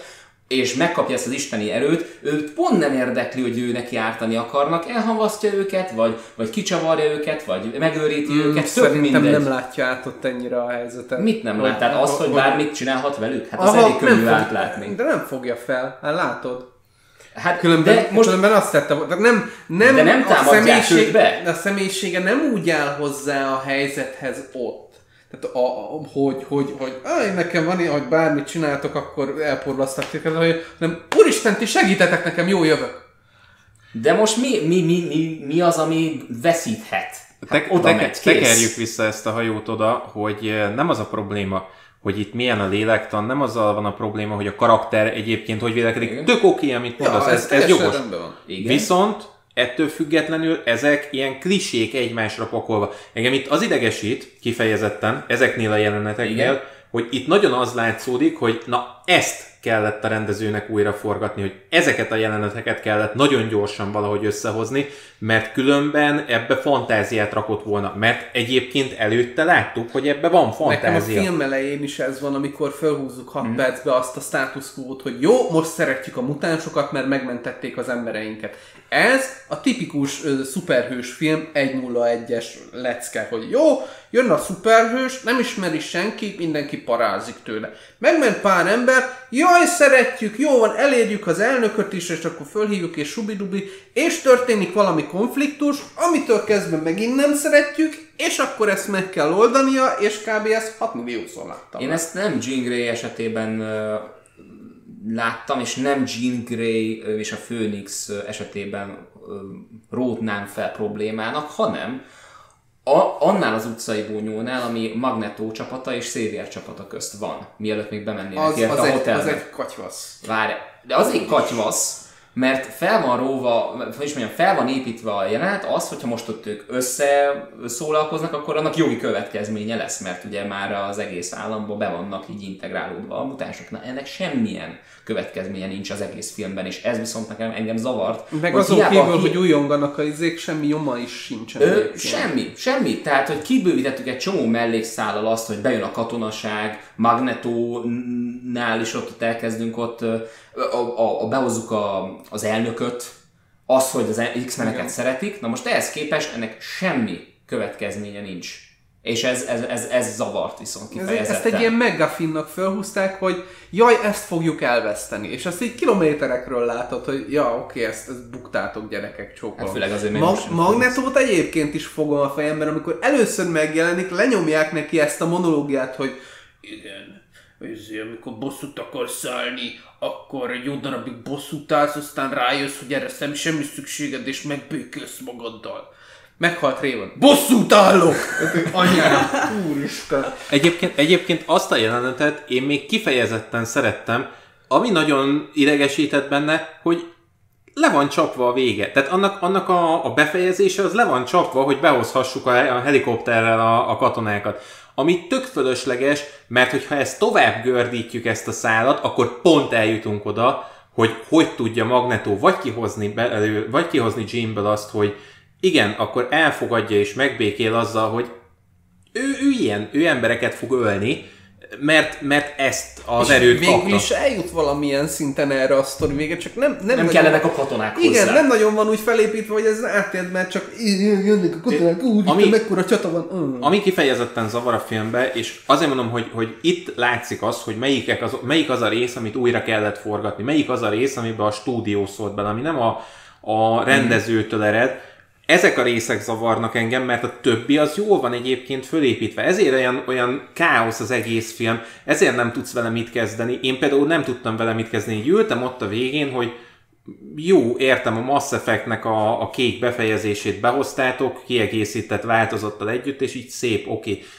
és megkapja ezt az isteni erőt, őt pont nem érdekli, hogy ő neki ártani akarnak, elhamvasztja őket, vagy, vagy kicsavarja őket, vagy megőríti mm, őket, tök szerintem mindegy. nem látja át ott ennyire a helyzetet. Mit nem lát? Tehát az, hogy bármit csinálhat velük? Hát az Aha, elég könnyű fog, átlátni. De nem fogja fel, hát látod. Hát különben, de most... különben azt tette, tehát nem, nem, de nem a, személyiség, be? a személyisége nem úgy áll hozzá a helyzethez ott. Tehát, a, a, hogy, hogy, hogy áj, nekem van ilyen, hogy bármit csináltok, akkor elporlasztak téged, hanem úristen, ti segítetek nekem, jó jövök. De most mi, mi, mi, mi, mi az, ami veszíthet? Hát te, oda te, megy, tekerjük vissza ezt a hajót oda, hogy nem az a probléma, hogy itt milyen a lélektan, nem azzal van a probléma, hogy a karakter egyébként hogy vélekedik. Igen. Tök oké, amit mondasz, ja, ez, ez jogos. Viszont ettől függetlenül ezek ilyen klisék egymásra pakolva. Engem itt az idegesít kifejezetten ezeknél a jeleneteknél, igen, hogy itt nagyon az látszódik, hogy na ezt kellett a rendezőnek újra forgatni, hogy ezeket a jeleneteket kellett nagyon gyorsan valahogy összehozni, mert különben ebbe fantáziát rakott volna. Mert egyébként előtte láttuk, hogy ebbe van fantázia. Nekem a film elején is ez van, amikor felhúzzuk hat hmm. percbe azt a status quo-t, hogy jó, most szeretjük a mutánsokat, mert megmentették az embereinket. Ez a tipikus uh, szuperhős film egy nulla egyes lecke, hogy jó, jön a szuperhős, nem ismeri senki, mindenki parázik tőle. Megment pár ember, jaj, szeretjük, jó van, elérjük az elnököt is, és akkor fölhívjuk, és subidubi, és történik valami konfliktus, amitől kezdve megint nem szeretjük, és akkor ezt meg kell oldania, és kb. Ezt hat milliószor láttam. Én ezt nem Jean Grey esetében uh, láttam, és nem Jean Grey és a Phoenix esetében uh, rótnám fel problémának, hanem A, annál az utcai búnyónál, ami Magneto csapata és Xavier csapata közt van, mielőtt még bemennének az, érte az a egy, hotelbe. Az egy katyvasz. Várj, de az egy katyvasz, mert fel van róva, hogy is mondjam, fel van építve a jelenet, az, hogyha most ott ők összeszólalkoznak, akkor annak jogi következménye lesz, mert ugye már az egész államban be vannak így integrálódva a mutánsok. Ennek semmilyen következménye nincs az egész filmben, és ez viszont nekem engem zavart. Meg azon kívül, hi... hogy újonganak a izék, semmi nyoma is sincsen. Ö, semmi, semmi. Tehát, hogy kibővítettük egy csomó mellékszállal azt, hogy bejön a katonaság, Magnetónál is ott, ott elkezdünk ott, a, a, a, behozzuk a, az elnököt, az, hogy az X-meneket szeretik. Na most ehhez képest ennek semmi következménye nincs. És ez, ez, ez, ez zavart viszont kifejezetten. Ezt egy ilyen McGuffinnak felhúzták, hogy jaj, ezt fogjuk elveszteni. És azt így kilométerekről látod, hogy ja, oké, ezt, ezt buktátok, gyerekek, csókolom. Hát főleg azért Ma- Magnetót egyébként is fogom a fejemben, amikor először megjelenik, lenyomják neki ezt a monológiát, hogy igen, ezért, amikor bosszút akarsz szállni, akkor egy jó darabig bosszút állsz, aztán rájössz, hogy erre sem semmi szükséged, és megbékülsz magaddal. Meghalt Raven. Bosszút állok! Anyám! Úristen! Egyébként, egyébként azt a jelenetet én még kifejezetten szerettem, ami nagyon idegesített benne, hogy le van csapva a vége. Tehát annak, annak a, a befejezése az le van csapva, hogy behozhassuk a, a helikopterrel a, a katonákat. Ami tök fölösleges, mert hogyha ezt tovább gördítjük ezt a szálat, akkor pont eljutunk oda, hogy hogy tudja Magneto vagy kihozni, be, vagy kihozni Jeanből azt, hogy igen, akkor elfogadja és megbékél azzal, hogy ő, ő ilyen, ő embereket fog ölni, mert, mert ezt az és erőt végül kapta. is eljut valamilyen szinten erre a sztori vége, csak nem... Nem, nem nagyon, kellenek a katonák hozzá. Igen, nem nagyon van úgy felépítve, hogy ez átért, mert csak jönnek a katonák, úristen, mekkora csata van. Mm. Ami kifejezetten zavar a filmbe, és azért mondom, hogy, hogy itt látszik az, hogy melyikek az, melyik az a rész, amit újra kellett forgatni, melyik az a rész, amiben a stúdió szólt bele, ami nem a, a rendezőtől ered. Ezek a részek zavarnak engem, mert a többi az jól van egyébként fölépítve. Ezért olyan, olyan káosz az egész film, ezért nem tudsz vele mit kezdeni. Én például nem tudtam vele mit kezdeni. Így ültem ott a végén, hogy jó, értem, a Mass Effect-nek a, a kék befejezését behoztátok, kiegészített változattal együtt, és így szép, oké. Okay.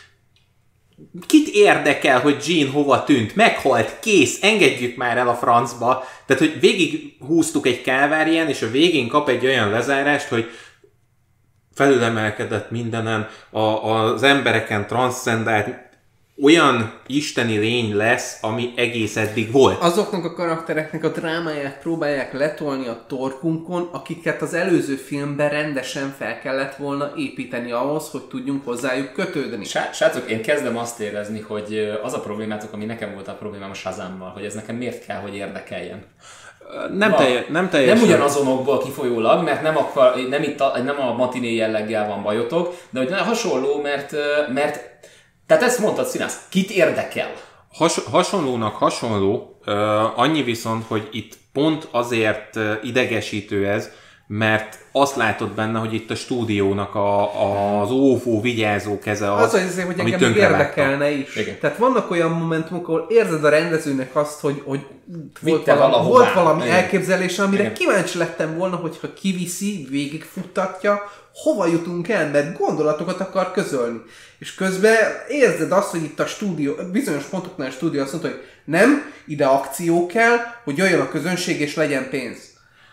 Kit érdekel, hogy Jean hova tűnt? Meghalt, kész, engedjük már el a francba. Tehát, hogy végig húztuk egy kávárián, és a végén kap egy olyan lezárást, hogy felülemelkedett mindenen, a, az embereken transzcendált. olyan isteni lény lesz, ami egész eddig volt. Azoknak a karaktereknek a drámáját próbálják letolni a torkunkon, akiket az előző filmben rendesen fel kellett volna építeni ahhoz, hogy tudjunk hozzájuk kötődni. Srácok, én kezdem azt érezni, hogy az a problémátok, ami nekem volt a problémám a Shazammal, hogy ez nekem miért kell, hogy érdekeljen. Nem, telje, nem teljesen. Nem ugyanazonokból kifolyólag, mert nem, akar, nem, itt a, nem a matiné jelleggel van bajotok, de hogy hasonló, mert, mert tehát ezt mondtad, Színász, kit érdekel? Has, hasonlónak hasonló, uh, annyi viszont, hogy itt pont azért uh, idegesítő ez, mert azt látod benne, hogy itt a stúdiónak a, a, az óvó, vigyázó keze az, az azért, hogy engem még érdekelne is. Igen. Tehát vannak olyan momentumok, ahol érzed a rendezőnek azt, hogy, hogy volt valami, volt valami elképzelése, amire igen. kíváncsi lettem volna, hogyha kiviszi, végigfuttatja, hova jutunk el, mert gondolatokat akar közölni. És közben érzed azt, hogy itt a stúdió, bizonyos pontoknál a stúdió azt mondta, hogy nem, ide akció kell, hogy jöjjön a közönség és legyen pénz.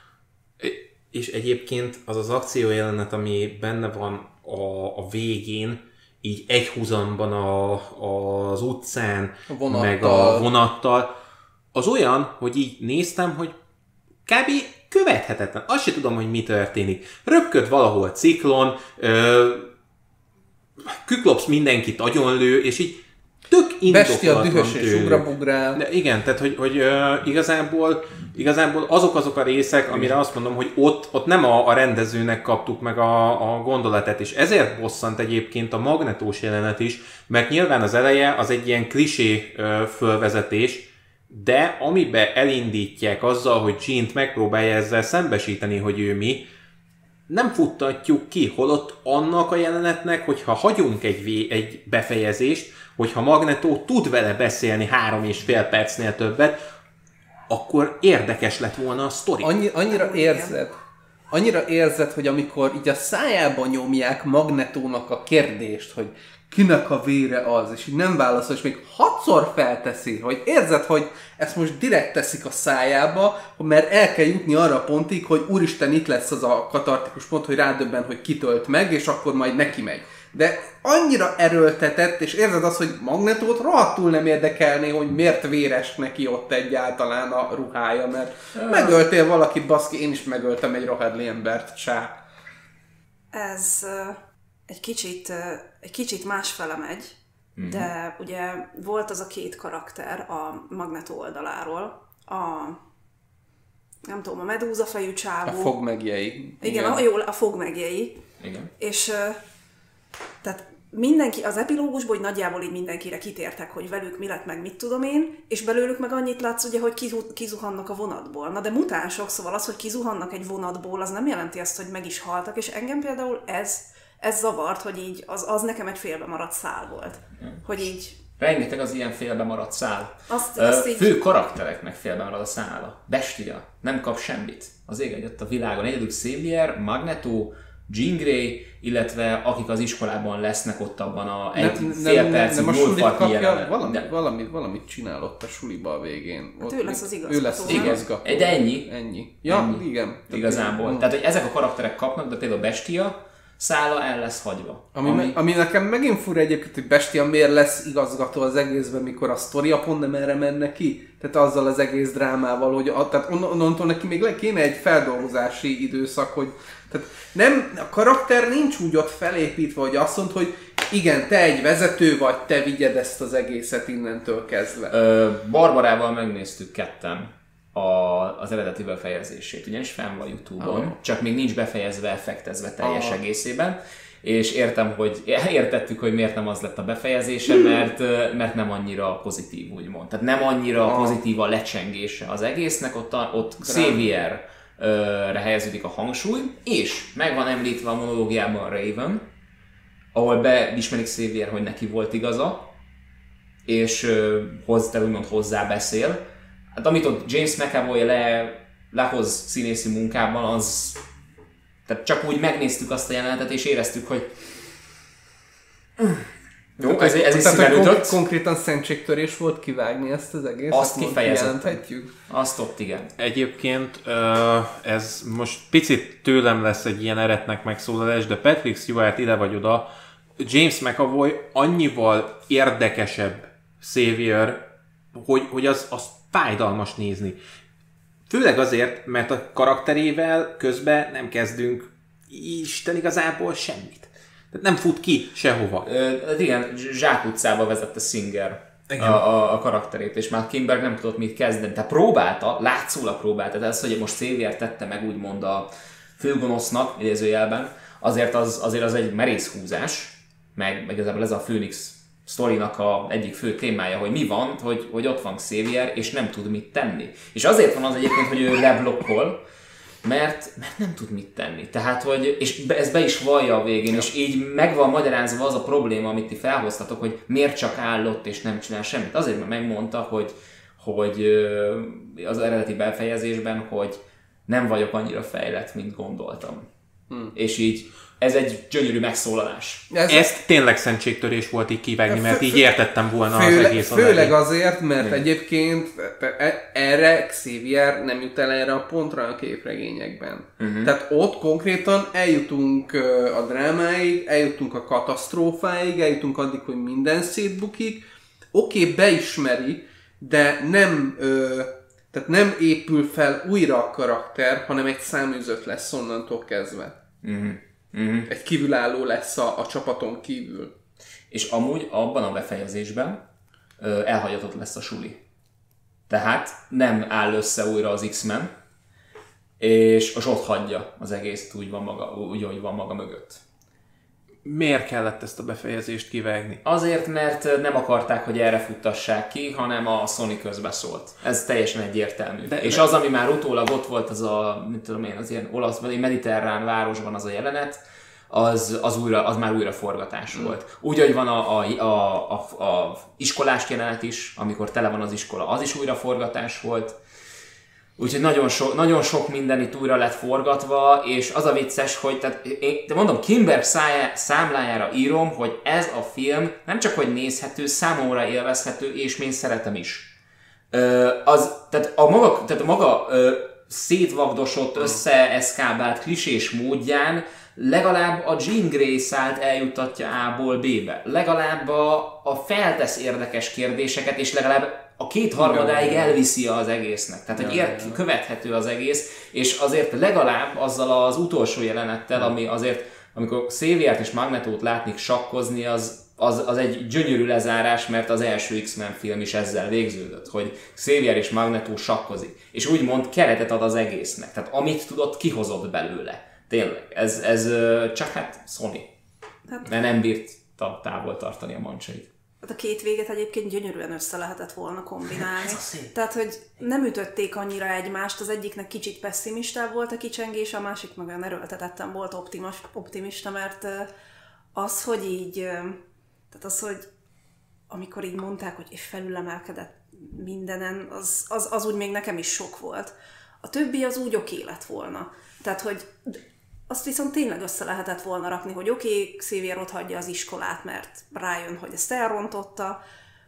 És egyébként az az akció jelenet, ami benne van a, a végén, így egy húzamban a, a, az utcán, a meg a vonattal, az olyan, hogy így néztem, hogy kb. Követhetetlen. Azt se tudom, hogy mi történik. Röpköd valahol ciklon, ö, Küklopsz mindenkit agyonlő, és így tök indokolatlan tőle. Besti a dühös és ugrabugrál. De igen, tehát hogy, hogy uh, igazából, igazából azok azok a részek, amire azt mondom, hogy ott, ott nem a, a rendezőnek kaptuk meg a, a gondolatát, és ezért bosszant egyébként a magnetós jelenet is, mert nyilván az eleje az egy ilyen klisé uh, fölvezetés, de amiben elindítják azzal, hogy Jean-t megpróbálja ezzel szembesíteni, hogy ő mi, nem futtatjuk ki, holott annak a jelenetnek, hogyha hagyunk egy, vé- egy befejezést, hogyha Magneto tud vele beszélni három és fél percnél többet, akkor érdekes lett volna a sztori. Annyi, annyira érzed, annyira érzed, hogy amikor így a szájába nyomják Magnetónak a kérdést, hogy kinek a vére az, és így nem válaszol, és még hatszor felteszi, hogy érzed, hogy ezt most direkt teszik a szájába, mert el kell jutni arra a pontig, hogy úristen, itt lesz az a katartikus pont, hogy rádöbben, hogy kitölt meg, és akkor majd neki megy. De annyira erőltetett, és érzed azt, hogy Magnetót rohadtul nem érdekelné, hogy miért véres neki ott egyáltalán a ruhája, mert megöltél valakit, baszki, én is megöltem egy rohadli embert, csá. Ez uh, egy kicsit, uh, egy kicsit másfele megy, mm-hmm. de ugye volt az a két karakter a Magneto oldaláról, a nem tudom, a medúza fejű csávó. A fogmegjei. Igen, Igen. A, jó, a fogmegjei. Igen. És uh, tehát mindenki, az epilógusból nagyjából így mindenkire kitértek, hogy velük mi lett, meg mit tudom én, és belőlük meg annyit látsz, ugye, hogy kizuhannak a vonatból. Na de mutánsok, szóval az, hogy kizuhannak egy vonatból, az nem jelenti azt, hogy meg is haltak, és engem például ez, ez zavart, hogy így az, az nekem egy félbe maradt szál volt. Hogy így... Rengeteg az ilyen félbe maradt szál. Azt, azt így... Fő karaktereknek félbe marad a szála. Bestia nem kap semmit. Az ég egyet a világon. Egyedül Xavier, Magneto, Jean Grey, illetve akik az iskolában lesznek ott abban a egy nem, fél nem, percig nyúlfartnyi jelenet. Valami, valami, valamit csinál ott a suliba a végén. Hát ott ő lesz az igazgató. Ő lesz az igazgató. De ennyi. Ennyi. Ja, ennyi. Igen. Igazából. Mm. Tehát, hogy ezek a karakterek kapnak, de például Bestia szála el lesz hagyva. Ami, ami... ami nekem megint fura egyébként, hogy Bestia miért lesz igazgató az egészben, mikor a sztoria pont nem erre menne ki. Tehát azzal az egész drámával, hogy a, tehát onnantól neki még kéne egy feldolgozási időszak, hogy tehát nem, a karakter nincs úgy ott felépítve, hogy azt mondta, hogy igen, te egy vezető vagy, te vigyed ezt az egészet innentől kezdve. Ö, Barbarával megnéztük ketten a, az eredeti befejezését, ugyanis fenn van YouTube-on, ah. csak még nincs befejezve, effektezve teljes ah. egészében, és értem, hogy értettük, hogy miért nem az lett a befejezése, mert, mert nem annyira pozitív, úgymond. Tehát nem annyira ah. pozitív a lecsengése az egésznek, ott, a, ott Xavier re helyeződik a hangsúly, és meg van említve a monológiában Raven, ahol beismerik Xavier, hogy neki volt igaza, és hozzá, úgymond hozzá beszél. Hát amit ott James McAvoy le, lehoz színészi munkában, az... Tehát csak úgy megnéztük azt a jelenetet, és éreztük, hogy... Jó, ez, ez is szíven ütött. Konkrétan szentségtörés volt kivágni ezt az egészet. Azt kifejezetten. Azt ott igen. Egyébként ez most picit tőlem lesz egy ilyen eretnek megszólalás, de Patrick Stewart ide vagy oda James McAvoy annyival érdekesebb Xavier, hogy, hogy az, az fájdalmas nézni. Főleg azért, mert a karakterével közben nem kezdünk Isten igazából semmit. Tehát nem fut ki sehova. Ö, igen, zsákutcába vezette Singer a, a, a karakterét, és már Kinberg nem tudott mit kezdeni. Tehát próbálta, látszólag próbálta, de az, hogy most Xavier tette meg úgymond a főgonosznak, idézőjelben, azért az, azért az egy merész húzás, meg, meg igazából ez a Phoenix sztorinak a egyik fő témája, hogy mi van, hogy, hogy ott van Xavier, és nem tud mit tenni. És azért van az egyébként, hogy ő leblokkol, mert, mert nem tud mit tenni. Tehát, hogy, és be, ez be is vallja a végén, ja. És így meg van magyarázva az a probléma, amit ti felhoztatok, hogy miért csak állott és nem csinál semmit. Azért, mert megmondta, hogy, hogy az eredeti befejezésben, hogy nem vagyok annyira fejlett, mint gondoltam. Hmm. És így ez egy gyönyörű megszólalás. Ez Ezt tényleg szentségtörés volt így kivágni, mert így értettem volna főle, az egész Főleg adáig. Azért, mert Igen. egyébként erre Xavier nem jut el erre a pontra a képregényekben. Uh-huh. Tehát ott konkrétan eljutunk a drámáig, eljutunk a katasztrófáig, eljutunk addig, hogy minden szétbukik. Oké, okay, beismeri, de nem, ö, tehát nem épül fel újra a karakter, hanem egy száműzött lesz onnantól kezdve. Uh-huh. Uh-huh. Egy kívülálló lesz a, a csapaton kívül. És amúgy abban a befejezésben ö, elhagyatott lesz a suli. Tehát nem áll össze újra az X-Men, és, és ott hagyja az egészet úgy, van maga, úgy, hogy van maga mögött. Miért kellett ezt a befejezést kivágni? Azért, mert nem akarták, hogy erre futtassák ki, hanem a Sony közbeszólt. Ez teljesen egyértelmű. De, és de... az, ami már utólag ott volt, az a, mit tudom én, az ilyen olasz, vagy mediterrán városban az a jelenet, az, az, újra, az már újra forgatás mm. volt. Úgy, hogy van a, a, a, a, a iskolás jelenet is, amikor tele van az iskola, az is újra forgatás volt. Úgyhogy nagyon, so, nagyon sok minden itt újra lett forgatva, és az a vicces, hogy tehát én, de mondom, Kinberg szájá, számlájára írom, hogy ez a film nem csak hogy nézhető, számomra élvezhető, és én szeretem is. Ö, az, tehát a maga, tehát a maga ö, szétvagdosott, összeeszkábált, klisés módján legalább a Jean Grey szált eljuttatja A-ból B-be. Legalább a, a feltesz érdekes kérdéseket, és legalább a kétharmadáig elviszi az egésznek. Tehát, hogy ért, követhető az egész, és azért legalább azzal az utolsó jelenettel, ami azért, amikor Xaviert és Magnetót látni sakkozni, az, az, az egy gyönyörű lezárás, mert az első X-Men film is ezzel végződött, hogy Xavier és Magnetó sakkozik. És úgymond keretet ad az egésznek. Tehát amit tudott, kihozott belőle. Tényleg, ez, ez csak hát Sony. Hát, mert nem bírt távol tartani a mancsait. A két véget egyébként gyönyörűen össze lehetett volna kombinálni. Tehát, hogy nem ütötték annyira egymást, az egyiknek kicsit pessimistább volt a kicsengés, a másik meg olyan erőltetetten volt optimas, optimista, mert az, hogy így, tehát az, hogy amikor így mondták, hogy és felülemelkedett mindenen, az, az, az úgy még nekem is sok volt. A többi az úgy oké lett volna. Tehát, hogy azt viszont tényleg össze lehetett volna rakni, hogy oké, okay, Xavier ott hagyja az iskolát, mert rájön, hogy ezt elrontotta,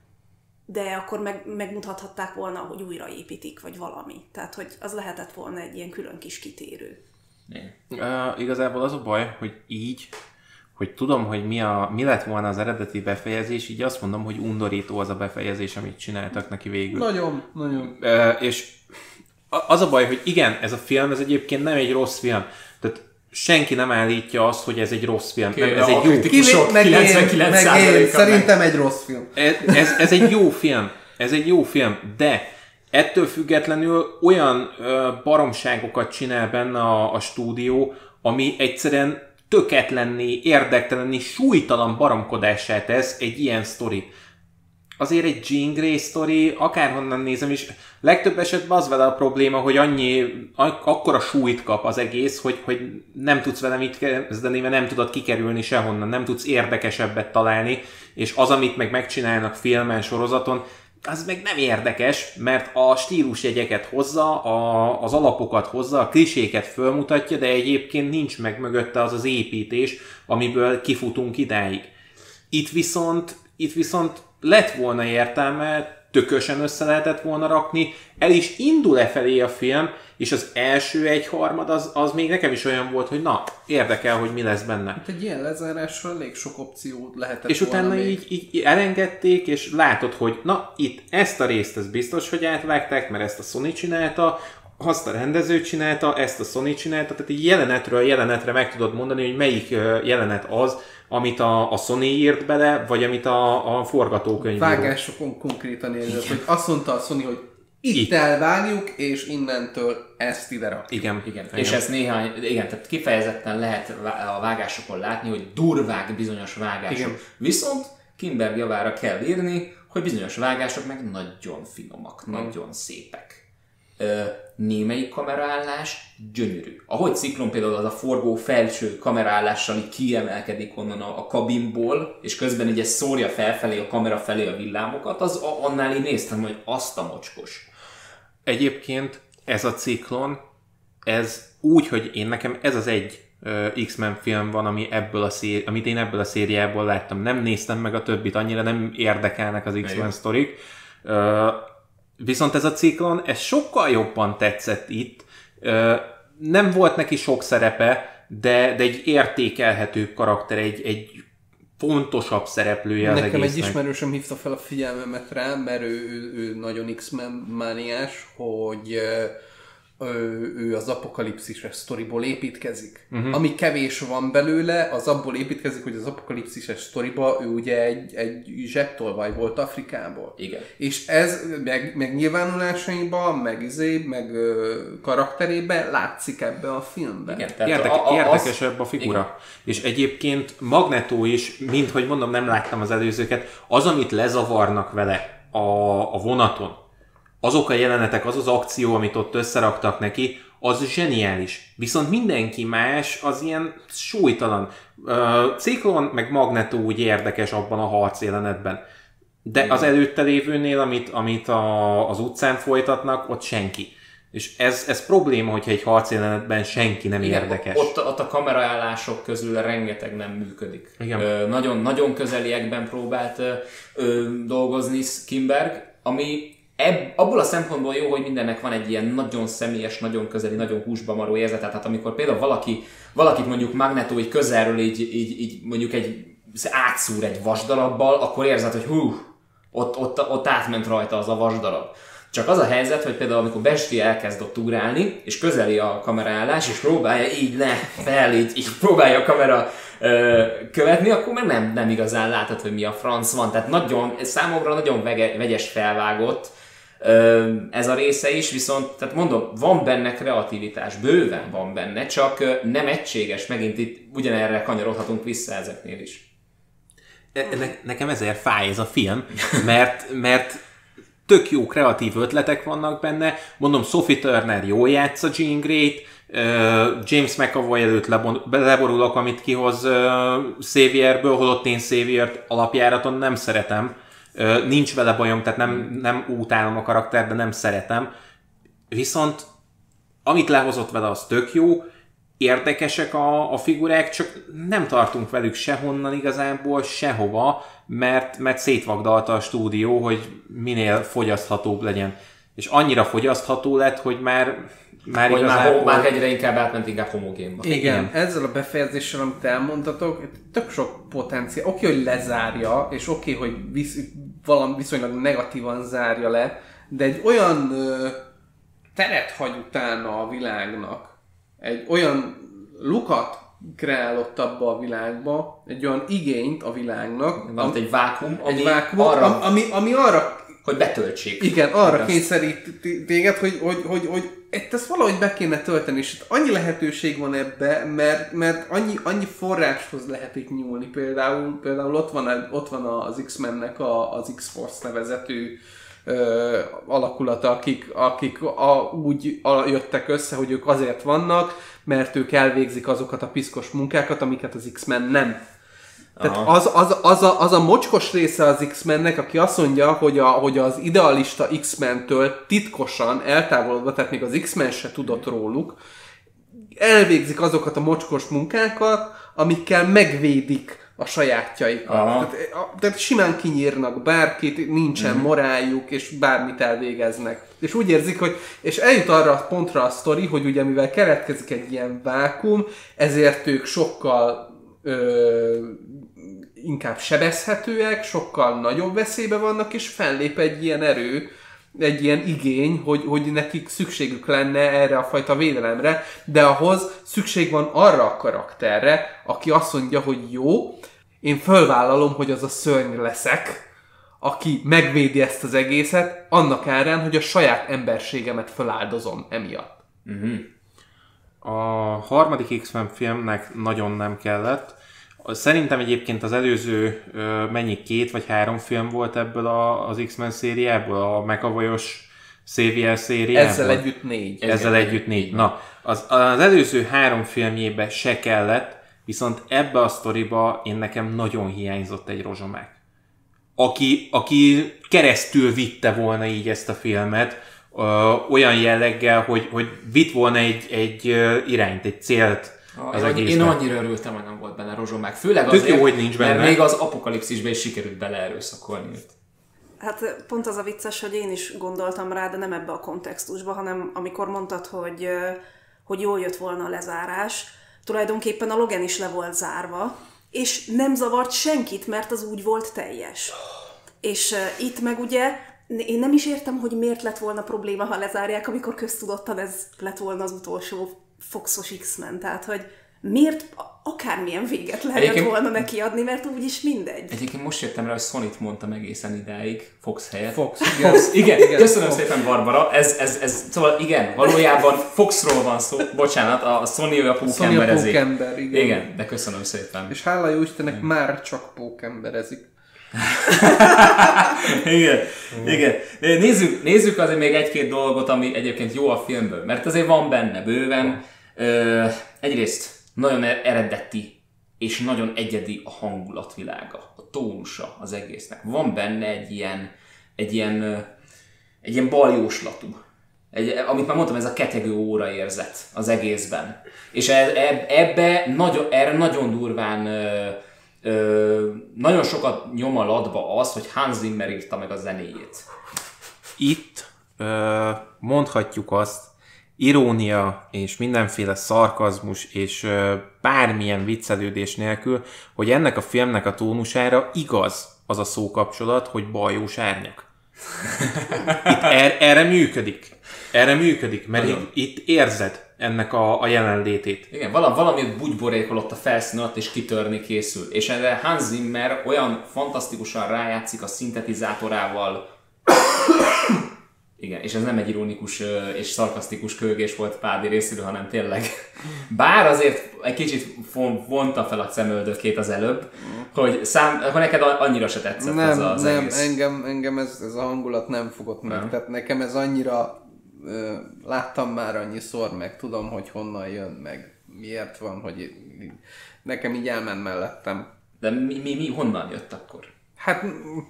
de akkor meg, megmutathatták volna, hogy újraépítik, vagy valami. Tehát, hogy az lehetett volna egy ilyen külön kis kitérő. Uh, igazából az a baj, hogy így, hogy tudom, hogy mi, a, mi lett volna az eredeti befejezés, így azt mondom, hogy undorító az a befejezés, amit csináltak neki végül. Nagyon, nagyon. Uh, és az a baj, hogy igen, ez a film, ez egyébként nem egy rossz film. Tehát senki nem állítja azt, hogy ez egy rossz film. Nem, ez egy jó film. Meg kilencvenkilenc százaléka szerintem egy rossz film. Ez, ez, ez egy jó film. Ez egy jó film, de ettől függetlenül olyan ö, baromságokat csinál benne a, a stúdió, ami egyszerűen töketlenné, érdektelenné, súlytalan baromkodássá tesz egy ilyen sztori. Azért egy Jean Grey sztori, akárhonnan nézem is, legtöbb esetben az vele a probléma, hogy annyi, ak- akkora súlyt kap az egész, hogy, hogy nem tudsz vele mit kezdeni, mert nem tudod kikerülni sehonnan, nem tudsz érdekesebbet találni, és az, amit meg megcsinálnak filmen, sorozaton, az meg nem érdekes, mert a stílusjegyeket hozza, a, az alapokat hozza, a kliséket fölmutatja, de egyébként nincs meg mögötte az az építés, amiből kifutunk idáig. Itt viszont, itt viszont lett volna értelme tökösen össze lehetett volna rakni, el is indul e felé a film, és az első egyharmad az, az még nekem is olyan volt, hogy na, érdekel, hogy mi lesz benne. Hát egy ilyen lezárással elég sok opciót lehetett és utána így, így elengedték, és látod, hogy na, itt ezt a részt ez biztos, hogy átvágták, mert ezt a Sony csinálta, azt a rendező csinálta, ezt a Sony csinálta, tehát egy jelenetről jelenetre meg tudod mondani, hogy melyik jelenet az, amit a, a Sony írt bele, vagy amit a, a forgatókönyvíró. Vágásokon konkrétan érzed, hogy azt mondta a Sony, hogy itt, itt elvágjuk, és innentől ezt ide rakjuk. Igen, igen. igen. És ezt néhány, igen, tehát kifejezetten lehet a vágásokon látni, hogy durvák bizonyos vágások. Igen. Viszont Kinberg javára kell írni, hogy bizonyos vágások meg nagyon finomak, hmm. nagyon szépek. Ö, némelyik kameraállás gyönyörű. Ahogy Ciklon például az a forgó felső kameraállással így kiemelkedik onnan a, a kabinból, és közben így szórja felfelé, a kamera felé a villámokat, az a, annál én néztem, hogy azt a mocskos. Egyébként ez a Ciklon, ez úgy, hogy én nekem ez az egy uh, X-Men film van, ami ebből a széri- amit én ebből a szériából láttam. Nem néztem meg a többit, annyira nem érdekelnek az X-Men sztorik. Uh, Viszont ez a Ciklon, ez sokkal jobban tetszett itt. Nem volt neki sok szerepe, de, de egy értékelhető karakter, egy, egy fontosabb szereplője az Nekem egésznek. egy ismerősöm hívta fel a figyelmemet rá, mert ő, ő, ő nagyon X-Men mániás, hogy ő, ő az apokalipszises sztoriból építkezik. Uh-huh. Ami kevés van belőle, az abból építkezik, hogy az apokalipszises sztoriba ő ugye egy, egy zsettolvaj volt Afrikából. Igen. És ez meg, meg nyilvánulásaiban, meg izé, meg ö, karakterében látszik ebbe a filmben. Igen, Érdek, a, a, érdekesebb a figura. Igen. És egyébként Magneto is, mint hogy mondom, nem láttam az előzőket, az, amit lezavarnak vele a, a vonaton, azok a jelenetek, az az akció, amit ott összeraktak neki, az zseniális. Viszont mindenki más az ilyen súlytalan. Ciklon meg Magneto úgy érdekes abban a harc jelenetben. De az előtte lévőnél, amit, amit a, az utcán folytatnak, ott senki. És ez, ez probléma, hogyha egy harc jelenetben senki nem igen, érdekes. Ott, ott a kameraállások közül rengeteg nem működik. Ö, nagyon, nagyon közeliekben próbált ö, ö, dolgozni Kinberg, ami Ebb, abból a szempontból jó, hogy mindennek van egy ilyen nagyon személyes, nagyon közeli, nagyon húsba maró érzete. Tehát amikor például valaki, valakit mondjuk Magneto így közelről így, így, így mondjuk egy átszúr egy vasdarabbal, akkor érzed, hogy hú, ott, ott, ott átment rajta az a vasdarab. Csak az a helyzet, hogy például amikor Besti elkezd ott ugrálni, és közeli a kameraállás, és próbálja így le, fel, így, így próbálja a kamera ö, követni, akkor meg nem, nem igazán látod, hogy mi a franc van. Tehát nagyon, számomra nagyon vege, vegyes felvágott ez a része is, viszont tehát mondom, van benne kreativitás, bőven van benne, csak nem egységes, megint itt ugyanerre kanyarodhatunk vissza ezeknél is. Ne, nekem ezért fáj ez a film, mert, mert tök jó kreatív ötletek vannak benne, mondom, Sophie Turner jól játsza Jean Grey-t, James McAvoy előtt leborulok, amit kihoz Xavierből, holott én Xaviert alapjáraton nem szeretem. Nincs vele bajom, tehát nem, nem utálom a karaktert, de nem szeretem. Viszont amit lehozott vele, az tök jó, érdekesek a, a figurák, csak nem tartunk velük sehonnan igazából, sehova, mert, mert szétvagdalta a stúdió, hogy minél fogyaszthatóbb legyen. És annyira fogyasztható lett, hogy már már hogy igazából... Már, már egyre inkább átment inkább homogénba. Igen, Igen, ezzel a befejezéssel, amit elmondtatok, tök sok potenciál. Oké, hogy lezárja, és oké, hogy visz, valami viszonylag negatívan zárja le, de egy olyan ö, teret hagy utána a világnak, egy olyan lukat kreálott abba a világba, egy olyan igényt a világnak. Van egy vákum, ami, egy vákum arra, ami, ami arra... hogy betöltsék. Igen, arra kényszerít téged, hogy, hogy, hogy, hogy ezt valahogy be kéne tölteni, és annyi lehetőség van ebbe, mert, mert annyi, annyi forráshoz lehet itt nyúlni. Például, például ott, van, ott van az X-mennek a, az X-Force nevezetű ö, alakulata, akik, akik a, úgy a, jöttek össze, hogy ők azért vannak, mert ők elvégzik azokat a piszkos munkákat, amiket az X-Men nem. Tehát az, az, az, a, az a mocskos része az X-mennek, aki azt mondja, hogy, a, hogy az idealista X-mentől titkosan eltávolodva, tehát még az X-men se tudott róluk, elvégzik azokat a mocskos munkákat, amikkel megvédik a sajátjaikat. Tehát, tehát simán kinyírnak bárkit, nincsen mm-hmm. moráljuk, és bármit elvégeznek. És úgy érzik, hogy, és eljut arra a pontra a sztori, hogy ugye mivel keletkezik egy ilyen vákum, ezért ők sokkal ö, inkább sebezhetőek, sokkal nagyobb veszélybe vannak, és fellép egy ilyen erő, egy ilyen igény, hogy, hogy nekik szükségük lenne erre a fajta védelemre, de ahhoz szükség van arra a karakterre, aki azt mondja, hogy jó, én fölvállalom, hogy az a szörny leszek, aki megvédi ezt az egészet, annak árán, hogy a saját emberségemet feláldozom emiatt. Uh-huh. A harmadik X-Men filmnek nagyon nem kellett. Szerintem egyébként az előző mennyi két vagy három film volt ebből a, az X-Men szériából, a McAvoy-os Xavier szériából. Ezzel együtt négy. Ezzel igen. együtt négy. Na, az, az előző három filmjébe se kellett, viszont ebbe a sztoriba én nekem nagyon hiányzott egy rozsomák. Aki, aki keresztül vitte volna így ezt a filmet, ö, olyan jelleggel, hogy, hogy vitt volna egy, egy irányt, egy célt. Az én, én annyira örültem, hogy nem volt benne rozsomák. Főleg Tök azért, jó, hogy nincs benne. Mert még az apokalipszisben is sikerült beleerőszakolni őt. Hát pont az a vicces, hogy én is gondoltam rá, de nem ebbe a kontextusba, hanem amikor mondtad, hogy, hogy jól jött volna a lezárás, tulajdonképpen a Logan is le volt zárva, és nem zavart senkit, mert az úgy volt teljes. És uh, itt meg ugye, én nem is értem, hogy miért lett volna probléma, ha lezárják, amikor köztudottan ez lett volna az utolsó Foxos X-Men. Tehát, hogy miért akármilyen véget lehetett egyébként volna neki adni, mert úgyis mindegy. Egyébként most jöttem rá, hogy Sony-t mondtam egészen idáig, Fox helyett. Fox, igen. Fox, igen. igen. Köszönöm Fox. Szépen, Barbara. Ez, ez, ez, szóval igen, valójában Foxról van szó. Bocsánat, a Sony a pókemberezik. Sony a pókember, igen. Igen, de köszönöm szépen. És hála jó Istennek igen. már csak pókemberezik. igen, igen. Nézzük, nézzük azért még egy-két dolgot, ami egyébként jó a filmből, mert azért van benne bőven. Ö, egyrészt nagyon eredeti és nagyon egyedi a hangulatvilága, a tónusa az egésznek. Van benne egy ilyen, egy ilyen, egy ilyen baljóslatú, egy, amit már mondtam, ez a ketyegő óra érzet az egészben. És ebbe nagyon, erre nagyon durván Ö, nagyon sokat nyom a latba az, hogy Hans Zimmer írta meg a zenéjét. Itt ö, mondhatjuk azt, irónia és mindenféle szarkazmus és ö, bármilyen viccelődés nélkül, hogy ennek a filmnek a tónusára igaz az a szókapcsolat, hogy baljós árnyak. Itt er, erre működik. Erre működik, mert itt, itt érzed ennek a, a jelenlétét. Igen, valami, valami bugyborékolott a felszín alatt, és kitörni készül. És erre Hans Zimmer olyan fantasztikusan rájátszik a szintetizátorával. Igen, és ez nem egy ironikus és szarkasztikus kölgés volt Pádi részéről, hanem tényleg. Bár azért egy kicsit vonta fel a szemöldökét az előbb, hogy szám, akkor neked annyira se tetszett nem, ez az nem, egész. engem, engem ez, ez a hangulat nem fogott meg. Nem. Tehát nekem ez annyira, ö, láttam már annyiszor, meg tudom, hogy honnan jön, meg miért van, hogy nekem így elment mellettem. De mi, mi, mi honnan jött akkor? Hát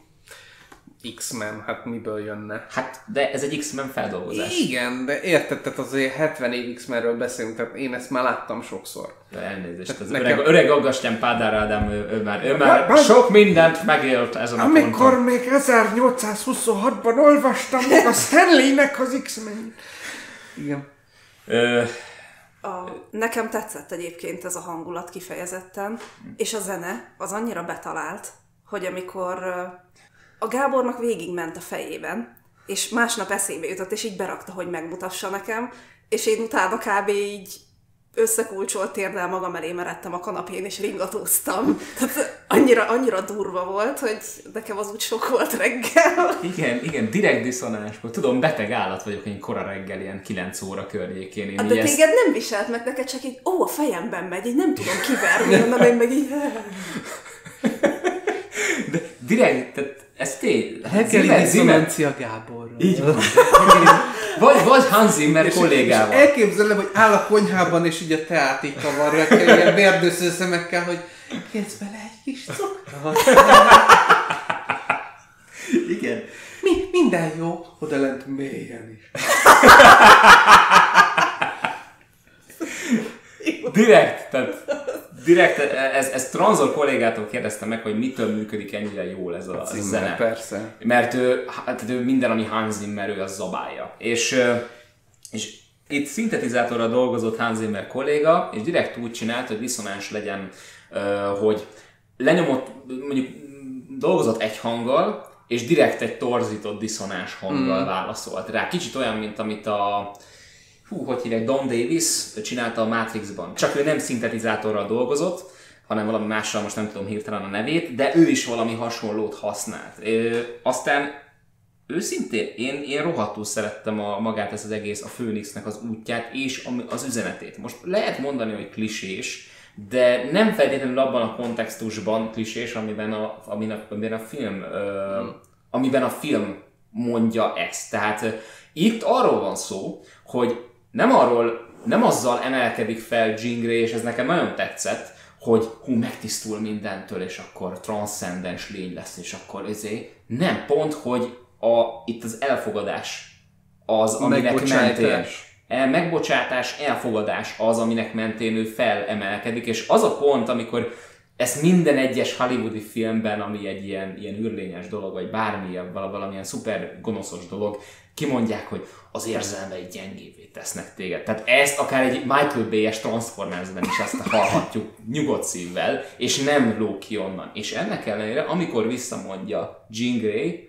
X-Men, hát miből jönne? Hát, de ez egy X-Men feldolgozás. Igen, de érted, tehát azért hetven év X-Menről beszélünk, tehát én ezt már láttam sokszor. De elnézést, tehát az nekem... öreg, öreg Aggastyán Pádár Ádám, ő, ő már, ő már bár, sok mindent megélt ezen a ponton. Amikor még ezernyolcszázhuszonhatban olvastam meg a Stanleynek az X-Men. Igen. Ö... A, nekem tetszett egyébként ez a hangulat kifejezetten, és a zene az annyira betalált, hogy amikor a Gábornak végigment a fejében, és másnap eszébe jutott, és így berakta, hogy megmutassa nekem, és én utána kb. Így összekulcsolt térdel magam elé meredtem a kanapén, és ringatóztam. Tehát annyira, annyira durva volt, hogy nekem az úgy sok volt reggel. Igen, igen, direkt diszonás volt. Tudom, beteg állat vagyok, én kora reggel, ilyen kilenc óra környékén. Én de téged ezt... nem viselt meg, neked csak így, ó, a fejemben megy, így nem tudom kiverni, onnan én meg így... De direkt, tehát ez tény. Reggeli diszonancia Gáborról. Így van. Vagy, vagy Hans Zimmer kollégával. És elképzelem, hogy áll a konyhában, és így a teát így kavarja, ilyen vérdősző szemekkel, hogy kérsz bele egy kis cukrot. Igen. Mi, minden jó, oda lent mélyen is. Direkt, tehát direkt, ez, ez Tranzor kollégától kérdeztem meg, hogy mitől működik ennyire jól ez a, a Zimmer, zene. Persze. Mert ő, hát ő minden, ami Hans Zimmer, ő az zabálja. És, és itt szintetizátorral dolgozott Hans Zimmer kolléga, és direkt úgy csinált, hogy diszonáns legyen, hogy lenyomott, mondjuk dolgozott egy hanggal, és direkt egy torzított diszonás hanggal mm. válaszolt rá. Kicsit olyan, mint amit a hú, hogy hívják, Don Davis csinálta a Matrixban. Csak ő nem szintetizátorral dolgozott, hanem valami mással, most nem tudom hirtelen a nevét, de ő is valami hasonlót használt. Ö, aztán őszintén én, én rohadtul szerettem a, magát ezt az egész, a Phoenixnek az útját és az üzenetét. Most lehet mondani, hogy klisés, de nem feltétlenül abban a kontextusban klisés, amiben a, amiben a, amiben a film ö, amiben a film mondja ezt. Tehát ö, itt arról van szó, hogy nem arról, nem azzal emelkedik fel Jean Grey, és ez nekem nagyon tetszett, hogy hú, megtisztul mindentől, és akkor transzcendens lény lesz, és akkor ezért. Nem, pont, hogy a, itt az elfogadás az, aminek mentén... El, megbocsátás, elfogadás az, aminek mentén ő felemelkedik, és az a pont, amikor ezt minden egyes hollywoodi filmben, ami egy ilyen, ilyen űrlényes dolog, vagy bármilyen, valamilyen szuper gonoszos dolog, kimondják, hogy az érzelmeid gyengévé tesznek téged. Tehát ezt akár egy Michael Bay-es Transformersben is ezt hallhatjuk nyugodt szívvel, és nem lóg ki onnan. És ennek ellenére, amikor visszamondja Jean Grey,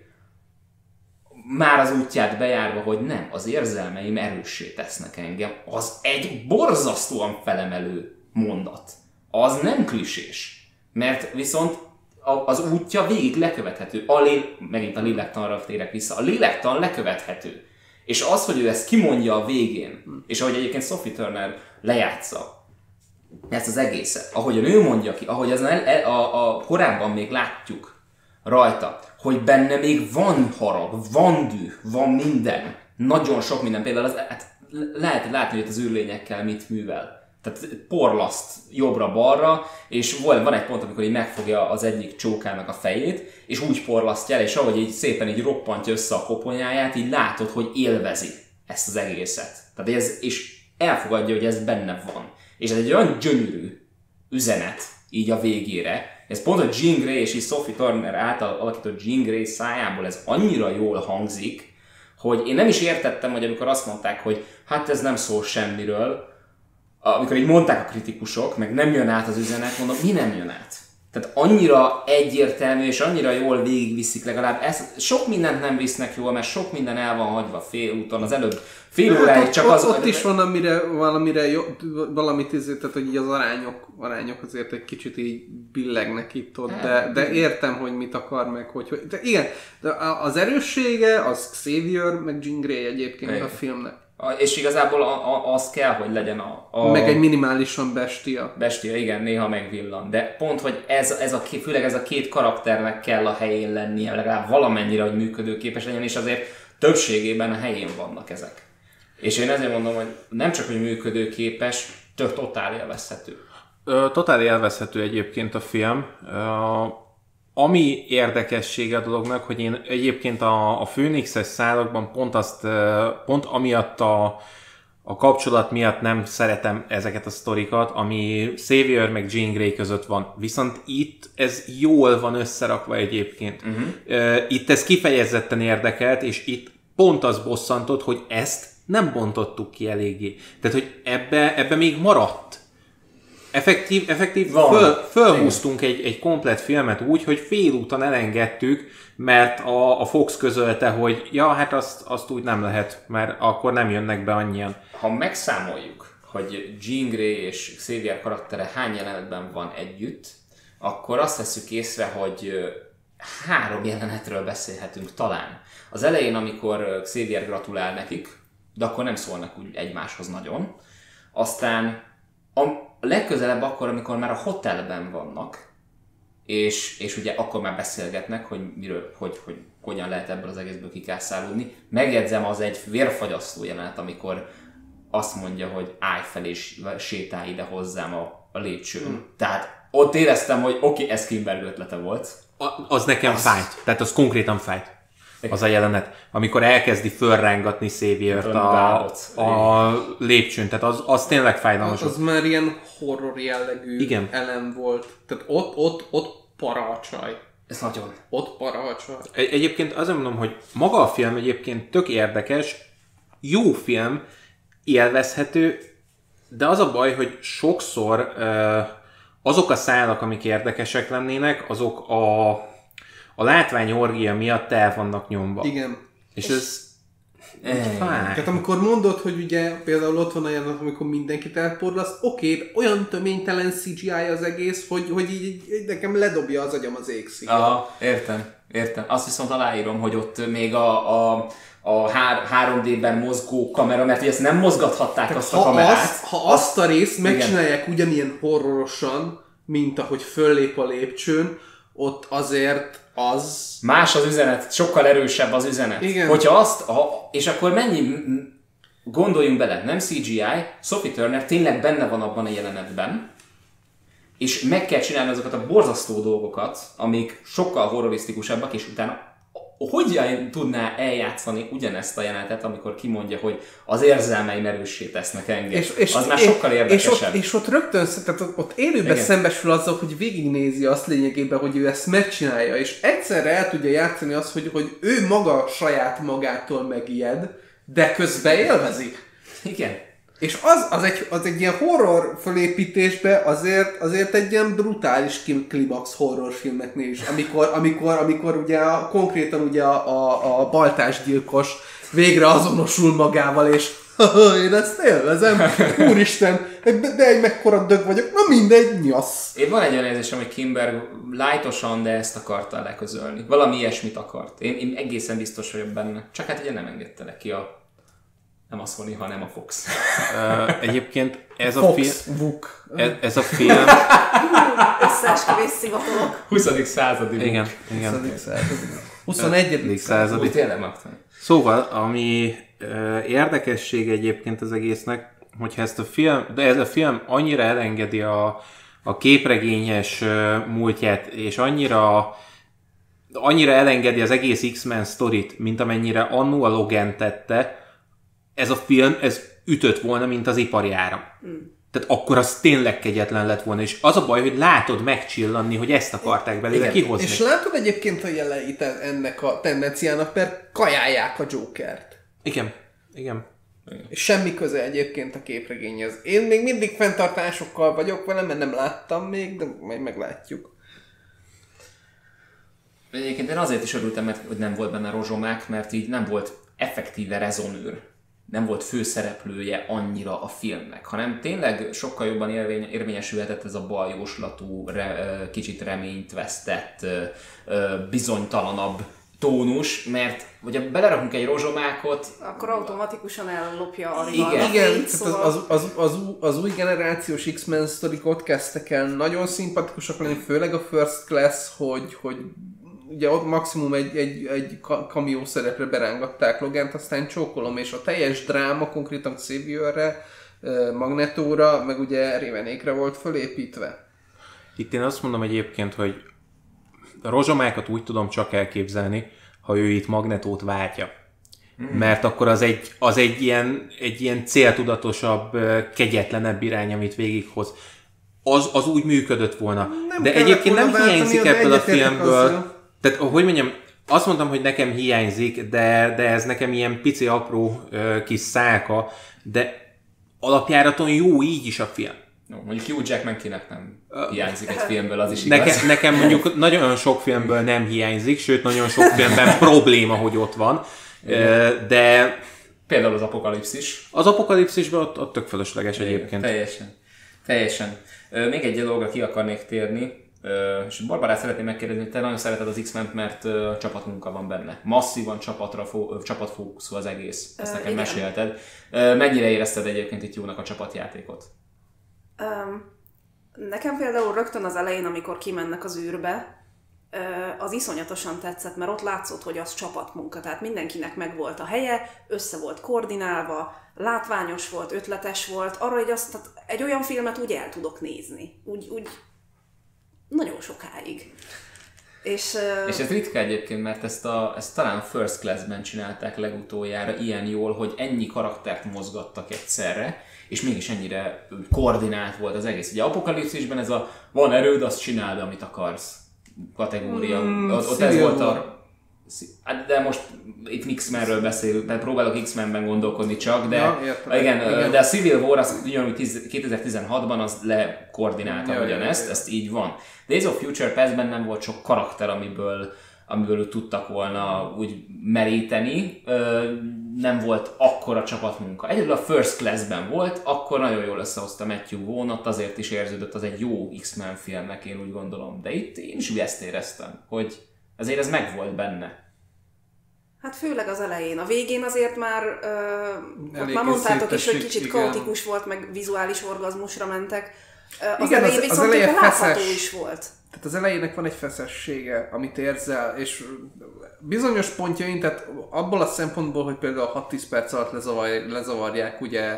már az útját bejárva, hogy nem, az érzelmeim erőssé tesznek engem, az egy borzasztóan felemelő mondat. Az nem klisés, mert viszont az útja végig lekövethető. A lél... Megint a lélektanra térek vissza. A lélektan lekövethető. És az, hogy ő ezt kimondja a végén, és ahogy egyébként Sophie Turner lejátsza ezt az egészet, ahogy ő mondja ki, ahogy az a, a, a korábban még látjuk rajta, hogy benne még van harag, van düh, van minden, nagyon sok minden, például az, hát lehet látni, hogy az űrlényekkel mit művel. Tehát porlaszt jobbra-balra, és van egy pont, amikor így megfogja az egyik csókának a fejét, és úgy porlasztja el, és ahogy így szépen így roppantja össze a koponyáját, így látod, hogy élvezi ezt az egészet. Tehát ez, és elfogadja, hogy ez benne van. És ez egy olyan gyönyörű üzenet így a végére. Ez pont a Jean Grey és Sophie Turner által alakított Jean Grey szájából ez annyira jól hangzik, hogy én nem is értettem, hogy amikor azt mondták, hogy hát ez nem szól semmiről, amikor így mondták a kritikusok, meg nem jön át az üzenet, mondom, mi nem jön át? Tehát annyira egyértelmű és annyira jól végigviszik legalább ezt. Sok mindent nem visznek jól, mert sok minden el van hagyva félúton. Az előbb fél óráig hát csak ott, az... Ott is van, amire, valamire jó, valamit izé, tehát hogy így az arányok, arányok azért egy kicsit így billegnek itt ott, de, de értem, hogy mit akar meg, hogy... hogy de igen, de az erőssége, az Xavier, meg Jean Grey egyébként igen. A filmnek. És igazából a, a, az kell, hogy legyen a, a... Meg egy minimálisan bestia. Bestia, igen, néha megvillan. De pont, hogy ez, ez a, főleg ez a két karakternek kell a helyén lennie, legalább valamennyire, hogy működőképes legyen, és azért többségében a helyén vannak ezek. És én ezért mondom, hogy nem csak, hogy működőképes, tök totál élvezhető. Totál élvezhető egyébként a film. Ami érdekessége a dolognak, hogy én egyébként a, a Phoenixes szálakban pont azt, pont amiatt a, a kapcsolat miatt nem szeretem ezeket a sztorikat, ami Xavier meg Jean Grey között van. Viszont itt ez jól van összerakva egyébként. Uh-huh. Itt ez kifejezetten érdekelt, és itt pont az bosszantott, hogy ezt nem bontottuk ki eléggé. Tehát, hogy ebbe, ebbe még maradt. Effektív, effektív föl, fölhúztunk egy, egy komplett filmet úgy, hogy félúton elengedtük, mert a, a Fox közölte, hogy ja, hát azt, azt úgy nem lehet, mert akkor nem jönnek be annyian. Ha megszámoljuk, hogy Jean Grey és Xavier karaktere hány jelenetben van együtt, akkor azt veszük észre, hogy három jelenetről beszélhetünk talán. Az elején, amikor Xavier gratulál nekik, de akkor nem szólnak úgy egymáshoz nagyon. Aztán a legközelebb akkor, amikor már a hotelben vannak, és, és ugye akkor már beszélgetnek, hogy miről, hogy, hogy hogyan lehet ebből az egészből kikászálódni. Megjegyzem, az egy vérfagyasztó jelenet, amikor azt mondja, hogy állj fel és sétálj ide hozzám a, a lépcsőn. Hmm. Tehát ott éreztem, hogy oké, okay, ez Kinberg ötlete volt. A, az nekem az... fájt. Tehát az konkrétan fájt. az a jelenet, amikor elkezdi fölrángatni Xaviert a, a lépcsőn, tehát az, az tényleg fájdalmas. Az, az már ilyen horror jellegű Igen. elem volt, tehát ott, ott, ott para a csaj. Ez nagyon. Ott para a csaj. Egy, egyébként azért mondom, hogy maga a film egyébként tök érdekes, jó film, élvezhető, de az a baj, hogy sokszor uh, azok a szálak, amik érdekesek lennének, azok a, a látványorgia miatt el vannak nyomva. Igen. És, és ez... Tehát amikor mondod, hogy ugye például ott van a jelenet, amikor mindenkit elporlaszt, oké, okay, olyan töménytelen cé gé í az egész, hogy, hogy így, így nekem ledobja az agyam az égszíjat. Aha, értem, értem. Azt viszont aláírom, hogy ott még a, a, a három dé-ben mozgó kamera, mert ugye ezt nem mozgathatták Tehát azt a kamerát. Azt, ha azt a részt megcsinálják igen. ugyanilyen horrorosan, mint ahogy föllép a lépcsőn, ott azért az... Más az üzenet, sokkal erősebb az üzenet. Igen. Hogyha azt, ha, és akkor mennyi, gondoljunk bele, nem cé gé í, Sophie Turner tényleg benne van abban a jelenetben, és meg kell csinálni azokat a borzasztó dolgokat, amik sokkal horrorisztikusabbak, és utána hogyan tudná eljátszani ugyanezt a jelenetet, amikor kimondja, hogy az érzelmeim erőssé tesznek engem. És, és, az már és, sokkal érdekesebb. És ott, és ott rögtön, tehát ott élőben Igen. szembesül azzal, hogy végignézi azt lényegében, hogy ő ezt megcsinálja, és egyszerre el tudja játszani azt, hogy, hogy ő maga saját magától megijed, de közben élvezi. Igen. És az, az, egy, az egy ilyen horror fölépítésben azért, azért egy ilyen brutális klimax horrorfilmeknél is, amikor, amikor, amikor ugye a, konkrétan ugye a, a, a baltásgyilkos végre azonosul magával, és én ezt élvezem, úristen, de egy mekkora dög vagyok, na mindegy, nyasz. Én van egy olyan érzésem, hogy Kimber lightosan, de ezt akarta leközölni. Valami ilyesmit akart. Én, én egészen biztos vagyok benne. Csak hát ugye nem engedte le ki a nem a Sony, hanem a Fox. Uh, egyébként ez a Fox, film... Ez, ez a film... Összeesküvés szivatolok. huszadik századi book. Igen, igen. huszadik századi. huszonegyedik századi. Úgy tényleg magtani. Szóval, ami uh, érdekesség egyébként az egésznek, hogyha ezt a film... De ez a film annyira elengedi a, a képregényes uh, múltját, és annyira... annyira elengedi az egész X-Men sztorit, mint amennyire annó a Logan tette, ez a film, ez ütött volna, mint az ipari áram. Mm. Tehát akkor az tényleg kegyetlen lett volna, és az a baj, hogy látod megcsillanni, hogy ezt akarták belőle Igen. kihozni. És látod egyébként a jeleit ennek a tendenciának, mert kajálják a Jokert. Igen. Igen. És semmi köze egyébként a képregényhez. Én még mindig fenntartásokkal vagyok vele, mert nem láttam még, de majd meglátjuk. Egyébként én azért is örültem, mert hogy nem volt benne rozsomák, mert így nem volt effektíve rezonőr. Nem volt főszereplője annyira a filmnek, hanem tényleg sokkal jobban érvény, érvényesülhetett ez a baljóslatú, re, kicsit reményt vesztett, bizonytalanabb tónus, mert hogyha belerakunk egy rozsomákot... Akkor automatikusan ellopja a rival. Igen, igen, szóval... az, az, az, az új generációs X-Men sztorik ott kezdtek el nagyon szimpatikusak lenni, főleg a First Class, hogy, hogy ugye ott maximum egy, egy, egy cameo szerepre berángatták Logant, aztán csókolom, és a teljes dráma konkrétan Xavierre, Magnetóra, meg ugye Ravenékre volt fölépítve. Itt én azt mondom egyébként, hogy a rozsomákat úgy tudom csak elképzelni, ha ő itt Magnetót váltja. Mm. Mert akkor az egy, az egy, ilyen, egy ilyen céltudatosabb, kegyetlenebb irány, amit végighoz. Az, az úgy működött volna. Nem de egyébként nem hiányzik ebből a filmből. Azzal. Tehát, hogy mondjam, azt mondtam, hogy nekem hiányzik, de, de ez nekem ilyen pici, apró uh, kis szálka, de alapjáraton jó így is a film. No, mondjuk Hugh Jackman-kinek nem hiányzik egy filmből, az is igaz. Nekem, nekem mondjuk nagyon sok filmből nem hiányzik, sőt, nagyon sok filmben probléma, hogy ott van, de... Például az Apokalipszis. Az Apokalipszisben ott, ott tök fölösleges egyébként. Teljesen. Teljesen. Még egy dologra ki akarnék térni, és Barbarát szeretném megkérdezni, hogy te nagyon szereted az X-Men-t, mert csapatmunka van benne. Masszívan csapatra fó, csapatfókuszú az egész. Ezt nekem mesélted. Mennyire érezted egyébként itt jónak a csapatjátékot? Um, nekem például rögtön az elején, amikor kimennek az űrbe, az iszonyatosan tetszett, mert ott látszott, hogy az csapatmunka, tehát mindenkinek megvolt a helye, össze volt koordinálva, látványos volt, ötletes volt, arra egy, azt, tehát egy olyan filmet úgy el tudok nézni, úgy, úgy nagyon sokáig. És, és ez ritka egyébként, mert ezt, a, ezt talán First Class-ben csinálták legutoljára ilyen jól, hogy ennyi karaktert mozgattak egyszerre, és mégis ennyire koordinált volt az egész. Ugye Apokalipszisben ez a van erőd, azt csináld, amit akarsz kategória. Mm, ott, ott ez volt a... De most itt X-Menről beszélünk, mert próbálok X-Menben gondolkodni csak, de ja, igen, igen, de a Civil War az ugyanúgy kétezer-tizenhatban az lekoordinálta ja, ugyanezt, ja, ezt így van. Days of Future Past-ben nem volt sok karakter, amiből, amiből tudtak volna úgy meríteni, nem volt akkora csapatmunka. Egyedül a First Class-ben volt, akkor nagyon jól összehozta Matthew Vaughn, ott azért is érződött, az egy jó X-Men filmnek, én úgy gondolom, de itt én is ezt éreztem, hogy azért ez megvolt benne. Hát főleg az elején. A végén azért már, uh, ott már mondtátok is, hogy kicsit igen. kaotikus volt, meg vizuális orgazmusra mentek. Uh, az igen, elején az, viszont az tök látható is volt. Tehát az elejének van egy feszessége, amit érzel, és bizonyos pontjain, tehát abból a szempontból, hogy például hat-tíz perc alatt lezavar, lezavarják ugye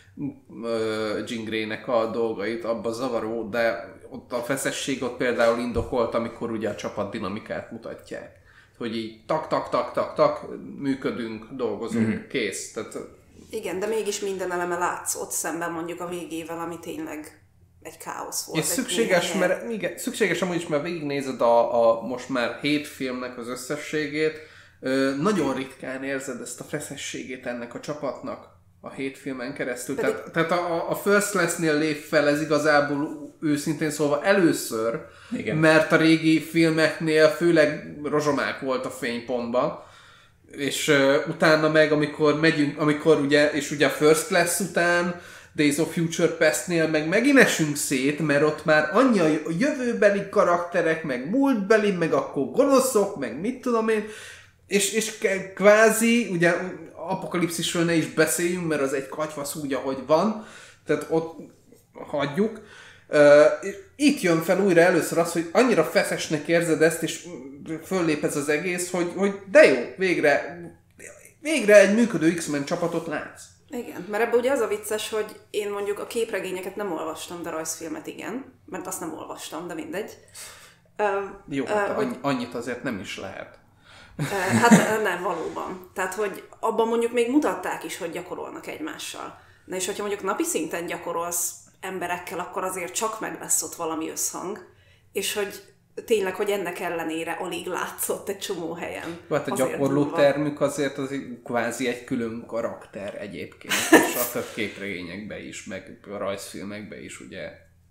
uh, Jean Grey-nek a dolgait, abban zavaró, de ott a feszesség ott például indokolt, amikor ugye a csapat dinamikát mutatják. Hogy így tak, tak, tak, tak, tak, működünk, dolgozunk, mm-hmm. kész. Tehát... Igen, de mégis minden eleme látszott szemben mondjuk a végével, ami tényleg egy káosz volt. És szükséges, mert, igen, szükséges amúgy is, mert végignézed a, a most már hét filmnek az összességét, nagyon ritkán érzed ezt a feszességét ennek a csapatnak a hét filmen keresztül. Pedig... Tehát, tehát a, a First Class-nél lép fel ez igazából őszintén szólva először, igen. mert a régi filmeknél főleg rozsomák volt a fénypontban, és uh, utána meg, amikor megyünk, amikor ugye, és ugye a First Class után Days of Future Past-nél meg megint esünk szét, mert ott már annyi a jövőbeli karakterek, meg múltbeli, meg akkor gonoszok, meg mit tudom én, és, és kvázi, ugye Apokalipszisről ne is beszéljünk, mert az egy katyvasz úgy, ahogy van, tehát ott hagyjuk. Uh, itt jön fel újra először az, hogy annyira feszesnek érzed ezt, és föllép ez az egész, hogy, hogy de jó, végre, végre egy működő X-Men csapatot látsz. Igen, mert ebben ugye az a vicces, hogy én mondjuk a képregényeket nem olvastam, de rajzfilmet igen, mert azt nem olvastam, de mindegy. Uh, jó, uh, hát hogy... annyit azért nem is lehet. Hát nem, valóban. Tehát, hogy abban mondjuk még mutatták is, hogy gyakorolnak egymással. Na és hogyha mondjuk napi szinten gyakorolsz emberekkel, akkor azért csak meg lesz ott valami összhang, és hogy tényleg, hogy ennek ellenére alig látszott egy csomó helyen. Hát a gyakorló termük azért az kvázi egy külön karakter egyébként, és a több képregényekben is, meg a rajzfilmekben is, ugye.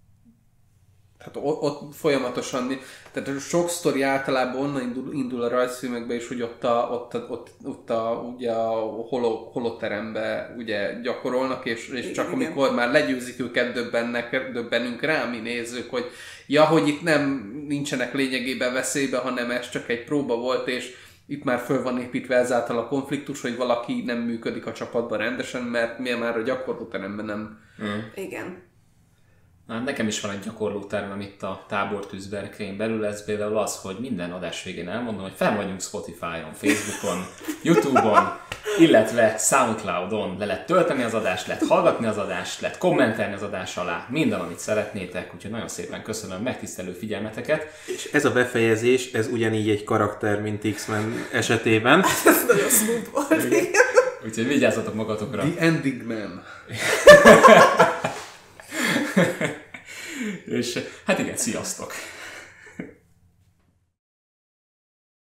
Tehát ott, ott folyamatosan, tehát sok sztori általában onnan indul, indul a rajzfilmekben is, hogy ott a, ott a, ott, ott a, ugye a holo, holoterembe ugye gyakorolnak, és, és csak igen. amikor már legyőzik őket, döbbennek, döbbenünk rá, mi nézők, hogy ja, hogy itt nem nincsenek lényegében veszélybe, hanem ez csak egy próba volt, és itt már föl van építve ezáltal a konfliktus, hogy valaki nem működik a csapatban rendesen, mert mi már a gyakorlóteremben nem... Mm. Igen. Na, nekem is van egy gyakorlótermem itt a tábortűz berkein belül, ez például az, hogy minden adás végén elmondom, hogy fel vagyunk Spotify-on, Facebookon, YouTube-on, illetve Soundcloud-on. Le lehet tölteni az adást, lehet hallgatni az adást, lehet kommentelni az adás alá, minden, amit szeretnétek, úgyhogy nagyon szépen köszönöm megtisztelő figyelmeteket. És ez a befejezés, ez ugyanígy egy karakter, mint X-Men esetében. Ez nagyon smooth volt. Úgyhogy vigyázzatok magatokra. The Ending Man. És hát igen, sziasztok!